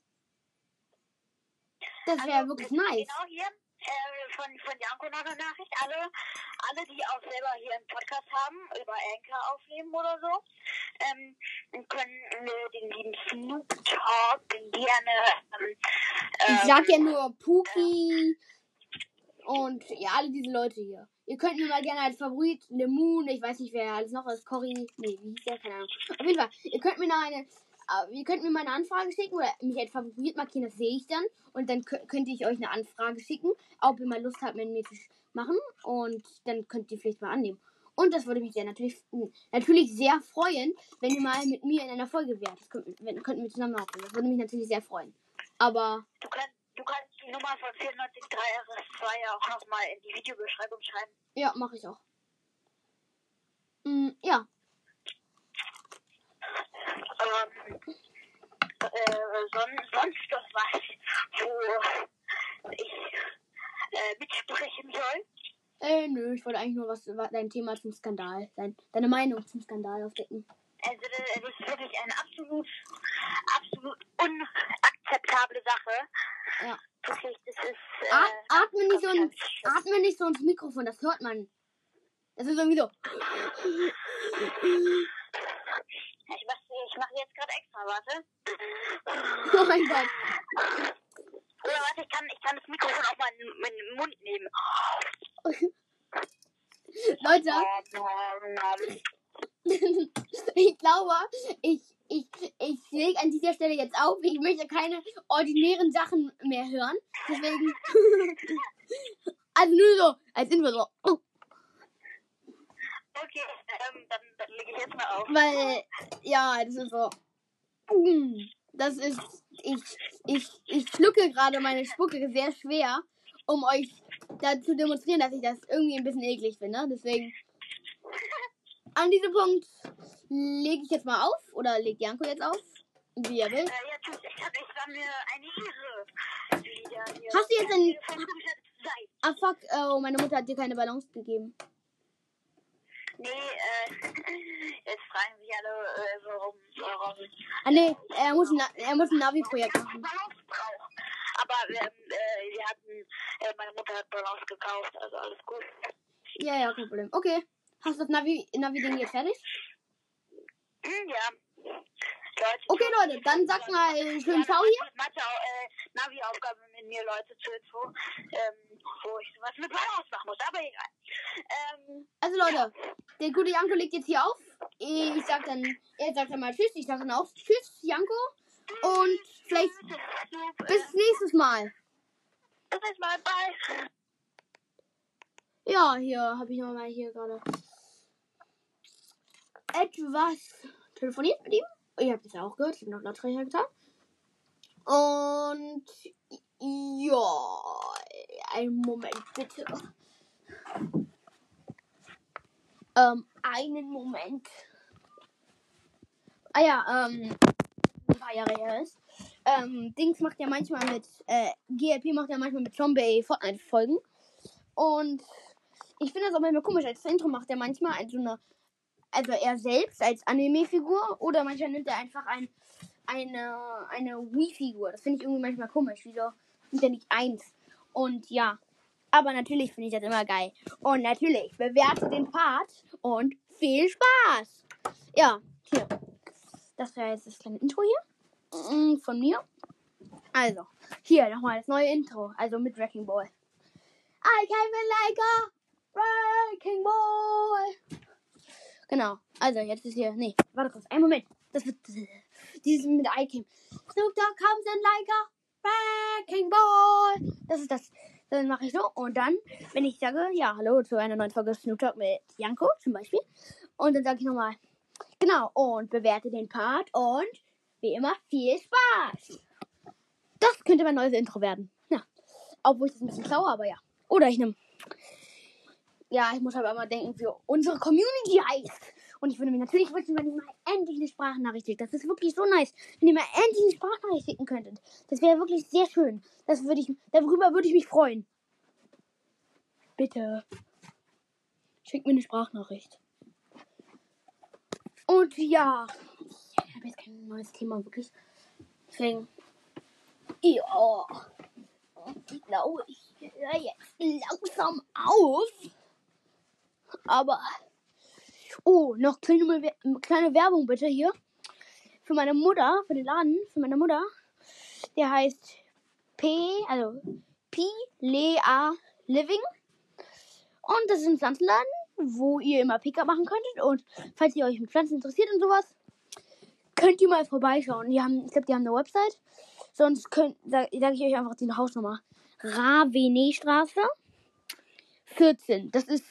Das wäre wirklich nice. Genau hier von Janko noch eine Nachricht. Alle, die auch selber hier einen Podcast haben, über Anchor aufnehmen oder so, können den lieben Snoop Talk gerne. Ich sag ja nur Puki und ja, alle diese Leute hier. Ihr könnt mir mal gerne als Favorit Lemoon, ich weiß nicht, wer alles noch ist, Cory, nee, wie hieß der? Keine Ahnung. Auf jeden Fall, ihr könnt mir mal eine Anfrage schicken oder mich als Favorit markieren, das sehe ich dann. Und dann könnte ich euch eine Anfrage schicken, ob ihr mal Lust habt, mit mir zu machen. Und dann könnt ihr vielleicht mal annehmen. Und das würde mich natürlich sehr freuen, wenn ihr mal mit mir in einer Folge wärt. Das könnten wir zusammen aufnehmen. Das würde mich natürlich sehr freuen. Aber... Du kannst die Nummer von 94.3 RS2 ja auch nochmal in die Videobeschreibung schreiben. Ja, mache ich auch. Ja. Sonst noch was, wo ich mitsprechen soll? Nö, ich wollte eigentlich nur dein Thema zum Skandal, deine Meinung zum Skandal aufdecken. Also das ist wirklich eine absolut unakzeptable Sache. Ja. Wirklich, das ist... Atme nicht so ins Mikrofon, das hört man. Das ist irgendwie so. Ich mache jetzt gerade extra, warte. Oh mein Gott. Oder warte, ich kann das Mikrofon auch mal in den Mund nehmen. Leute, ich glaube, ich lege an dieser Stelle jetzt auf. Ich möchte keine ordinären Sachen mehr hören. Deswegen. Also nur so, als Info so. Okay, dann lege ich jetzt mal auf. Weil, ja, das ist so. Das ist. Ich schlucke gerade meine Spucke sehr schwer, um euch da zu demonstrieren, dass ich das irgendwie ein bisschen eklig finde. Deswegen. An diesem Punkt lege ich jetzt mal auf. Oder legt Janko jetzt auf. Wie er will. Ja, tschüss. Ich war mir eine Ehre. Wieder hier. Hast du jetzt ein. Von guter Zeit. Ah, fuck. Oh, meine Mutter hat dir keine Balance gegeben. Nee, jetzt fragen sich alle, warum. Ah, nee. Er muss ein Navi-Projekt machen. Balance braucht. Aber meine Mutter hat Balance gekauft, also alles gut. Ja, kein Problem. Okay. Hast du das Navi-Ding jetzt fertig? Ja. Leute, Okay, Leute, dann sag mal schön ciao hier. Navi-Aufgabe mit mir, Leute, zur Info, wo ich was mit Balance machen muss, aber egal. Also Leute, der gute Janko legt jetzt hier auf. Er sagt dann mal tschüss. Ich sag dann auch tschüss, Janko. Und vielleicht bis nächstes Mal. Bis nächstes Mal, bye. Ja, hier habe ich nochmal hier gerade etwas telefoniert mit ihm. Ihr habt es ja auch gehört, ich habe noch Lautsprecher getan. Und ja, einen Moment bitte. Einen Moment. Ah ja, ein paar Jahre her ist. Dings macht ja manchmal mit, GLP macht ja manchmal mit Zombie Fortnite-Folgen. Und ich finde das auch manchmal komisch. Als Intro macht er manchmal also er selbst als Anime-Figur oder manchmal nimmt er einfach eine Wii-Figur. Das finde ich irgendwie manchmal komisch. Wieso nimmt er nicht eins? Und ja, aber natürlich finde ich das immer geil. Und natürlich, bewerte den Part und viel Spaß. Ja, hier. Das wäre jetzt das kleine Intro hier von mir. Also, hier nochmal das neue Intro. Also mit Wrecking Ball. I came like a Wrecking Ball. Genau. Also, jetzt ist hier. Nee, warte kurz. Einen Moment. Das wird. Dieses mit I came. Snoop Dogg comes in like a Wrecking Ball. Das ist das. Dann mache ich so. Und dann, wenn ich sage, ja, hallo zu einer neuen Folge Snoop Dogg mit Janko zum Beispiel. Und dann sage ich nochmal. Genau. Und bewerte den Part. Und wie immer viel Spaß. Das könnte mein neues Intro werden. Ja. Obwohl ich das ein bisschen klaue, aber ja. Oder ich nehme. Ja, ich muss aber immer denken, wie unsere Community heißt. Und ich würde mir natürlich wünschen, wenn ihr mal endlich eine Sprachnachricht schickt. Das ist wirklich so nice. Wenn ihr mal endlich eine Sprachnachricht schicken könntet. Das wäre wirklich sehr schön. Darüber würde ich mich freuen. Bitte. Schickt mir eine Sprachnachricht. Und ja. Ich habe jetzt kein neues Thema, wirklich. Deswegen. Ja. Ich glaube, ich höre jetzt langsam auf. Aber. Oh, noch kleine Werbung bitte hier. Für meine Mutter, für den Laden, für meine Mutter. Der heißt P-Lea Living. Und das ist ein Pflanzenladen, wo ihr immer Pickup machen könntet. Und falls ihr euch mit Pflanzen interessiert und sowas, könnt ihr mal vorbeischauen. Ich glaube, die haben eine Website. Sonst sage ich euch einfach die Hausnummer. Ravenestraße 14. Das ist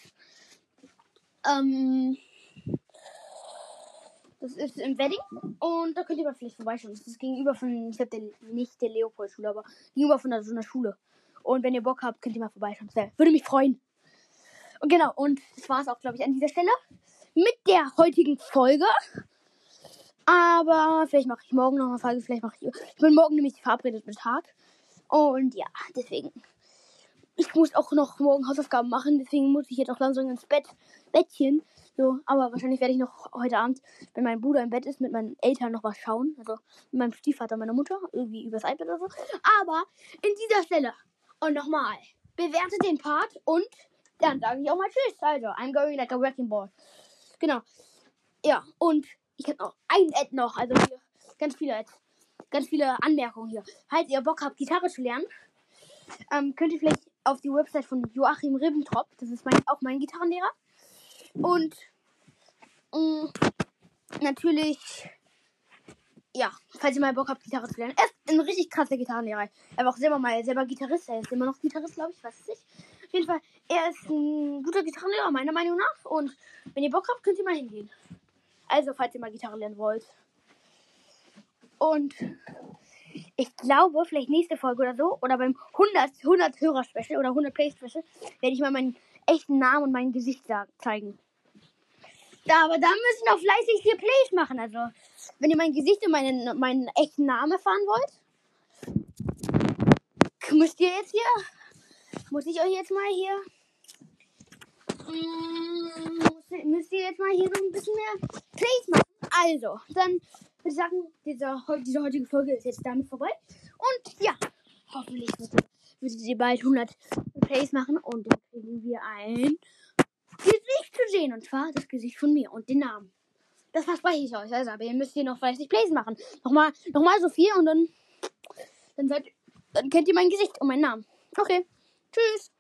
im Wedding. Und da könnt ihr mal vielleicht vorbeischauen. Das ist gegenüber von, ich glaube, nicht der Leopold-Schule, aber gegenüber von so einer Schule. Und wenn ihr Bock habt, könnt ihr mal vorbeischauen. Würde mich freuen. Und genau, und das war es auch, glaube ich, an dieser Stelle mit der heutigen Folge. Aber vielleicht mache ich morgen noch eine Folge. Ich bin morgen nämlich verabredet mit Tag. Und ja, deswegen. Ich muss auch noch morgen Hausaufgaben machen. Deswegen muss ich jetzt auch langsam ins Bettchen. So, aber wahrscheinlich werde ich noch heute Abend, wenn mein Bruder im Bett ist, mit meinen Eltern noch was schauen. Also mit meinem Stiefvater, meiner Mutter. Irgendwie übers iPad oder so. Aber in dieser Stelle. Und nochmal. Bewertet den Part. Und dann sage ich auch mal Tschüss. Also, I'm going like a wrecking ball. Genau. Ja, und ich kann auch ein Ad noch. Also hier ganz viele Anmerkungen hier. Falls ihr Bock habt, Gitarre zu lernen, könnt ihr vielleicht auf die Website von Joachim Ribbentrop. Das ist auch mein Gitarrenlehrer. Und natürlich, ja, falls ihr mal Bock habt, Gitarre zu lernen. Er ist ein richtig krasser Gitarrenlehrer. Er war auch selber Gitarrist. Er ist immer noch Gitarrist, glaube ich. Weiß es nicht. Auf jeden Fall, er ist ein guter Gitarrenlehrer, meiner Meinung nach. Und wenn ihr Bock habt, könnt ihr mal hingehen. Also, falls ihr mal Gitarre lernen wollt. Und ich glaube, vielleicht nächste Folge oder so, oder beim 100 Hörer-Special oder 100 Play-Special, werde ich mal meinen echten Namen und mein Gesicht zeigen. Aber da müssen noch fleißig 4 Plays machen. Also, wenn ihr mein Gesicht und meinen echten Namen erfahren wollt, muss ich euch jetzt mal hier, müsst ihr jetzt mal hier so ein bisschen mehr Plays machen. Also, dann würde ich sagen, diese heutige Folge ist jetzt damit vorbei. Und ja, hoffentlich würdet ihr bald 100 Plays machen und dann kriegen wir ein Gesicht zu sehen. Und zwar das Gesicht von mir und den Namen. Das verspreche ich euch. Also, aber ihr müsst hier noch fleißig Plays machen. Nochmal so 4 und dann kennt ihr mein Gesicht und meinen Namen. Okay. Tschüss.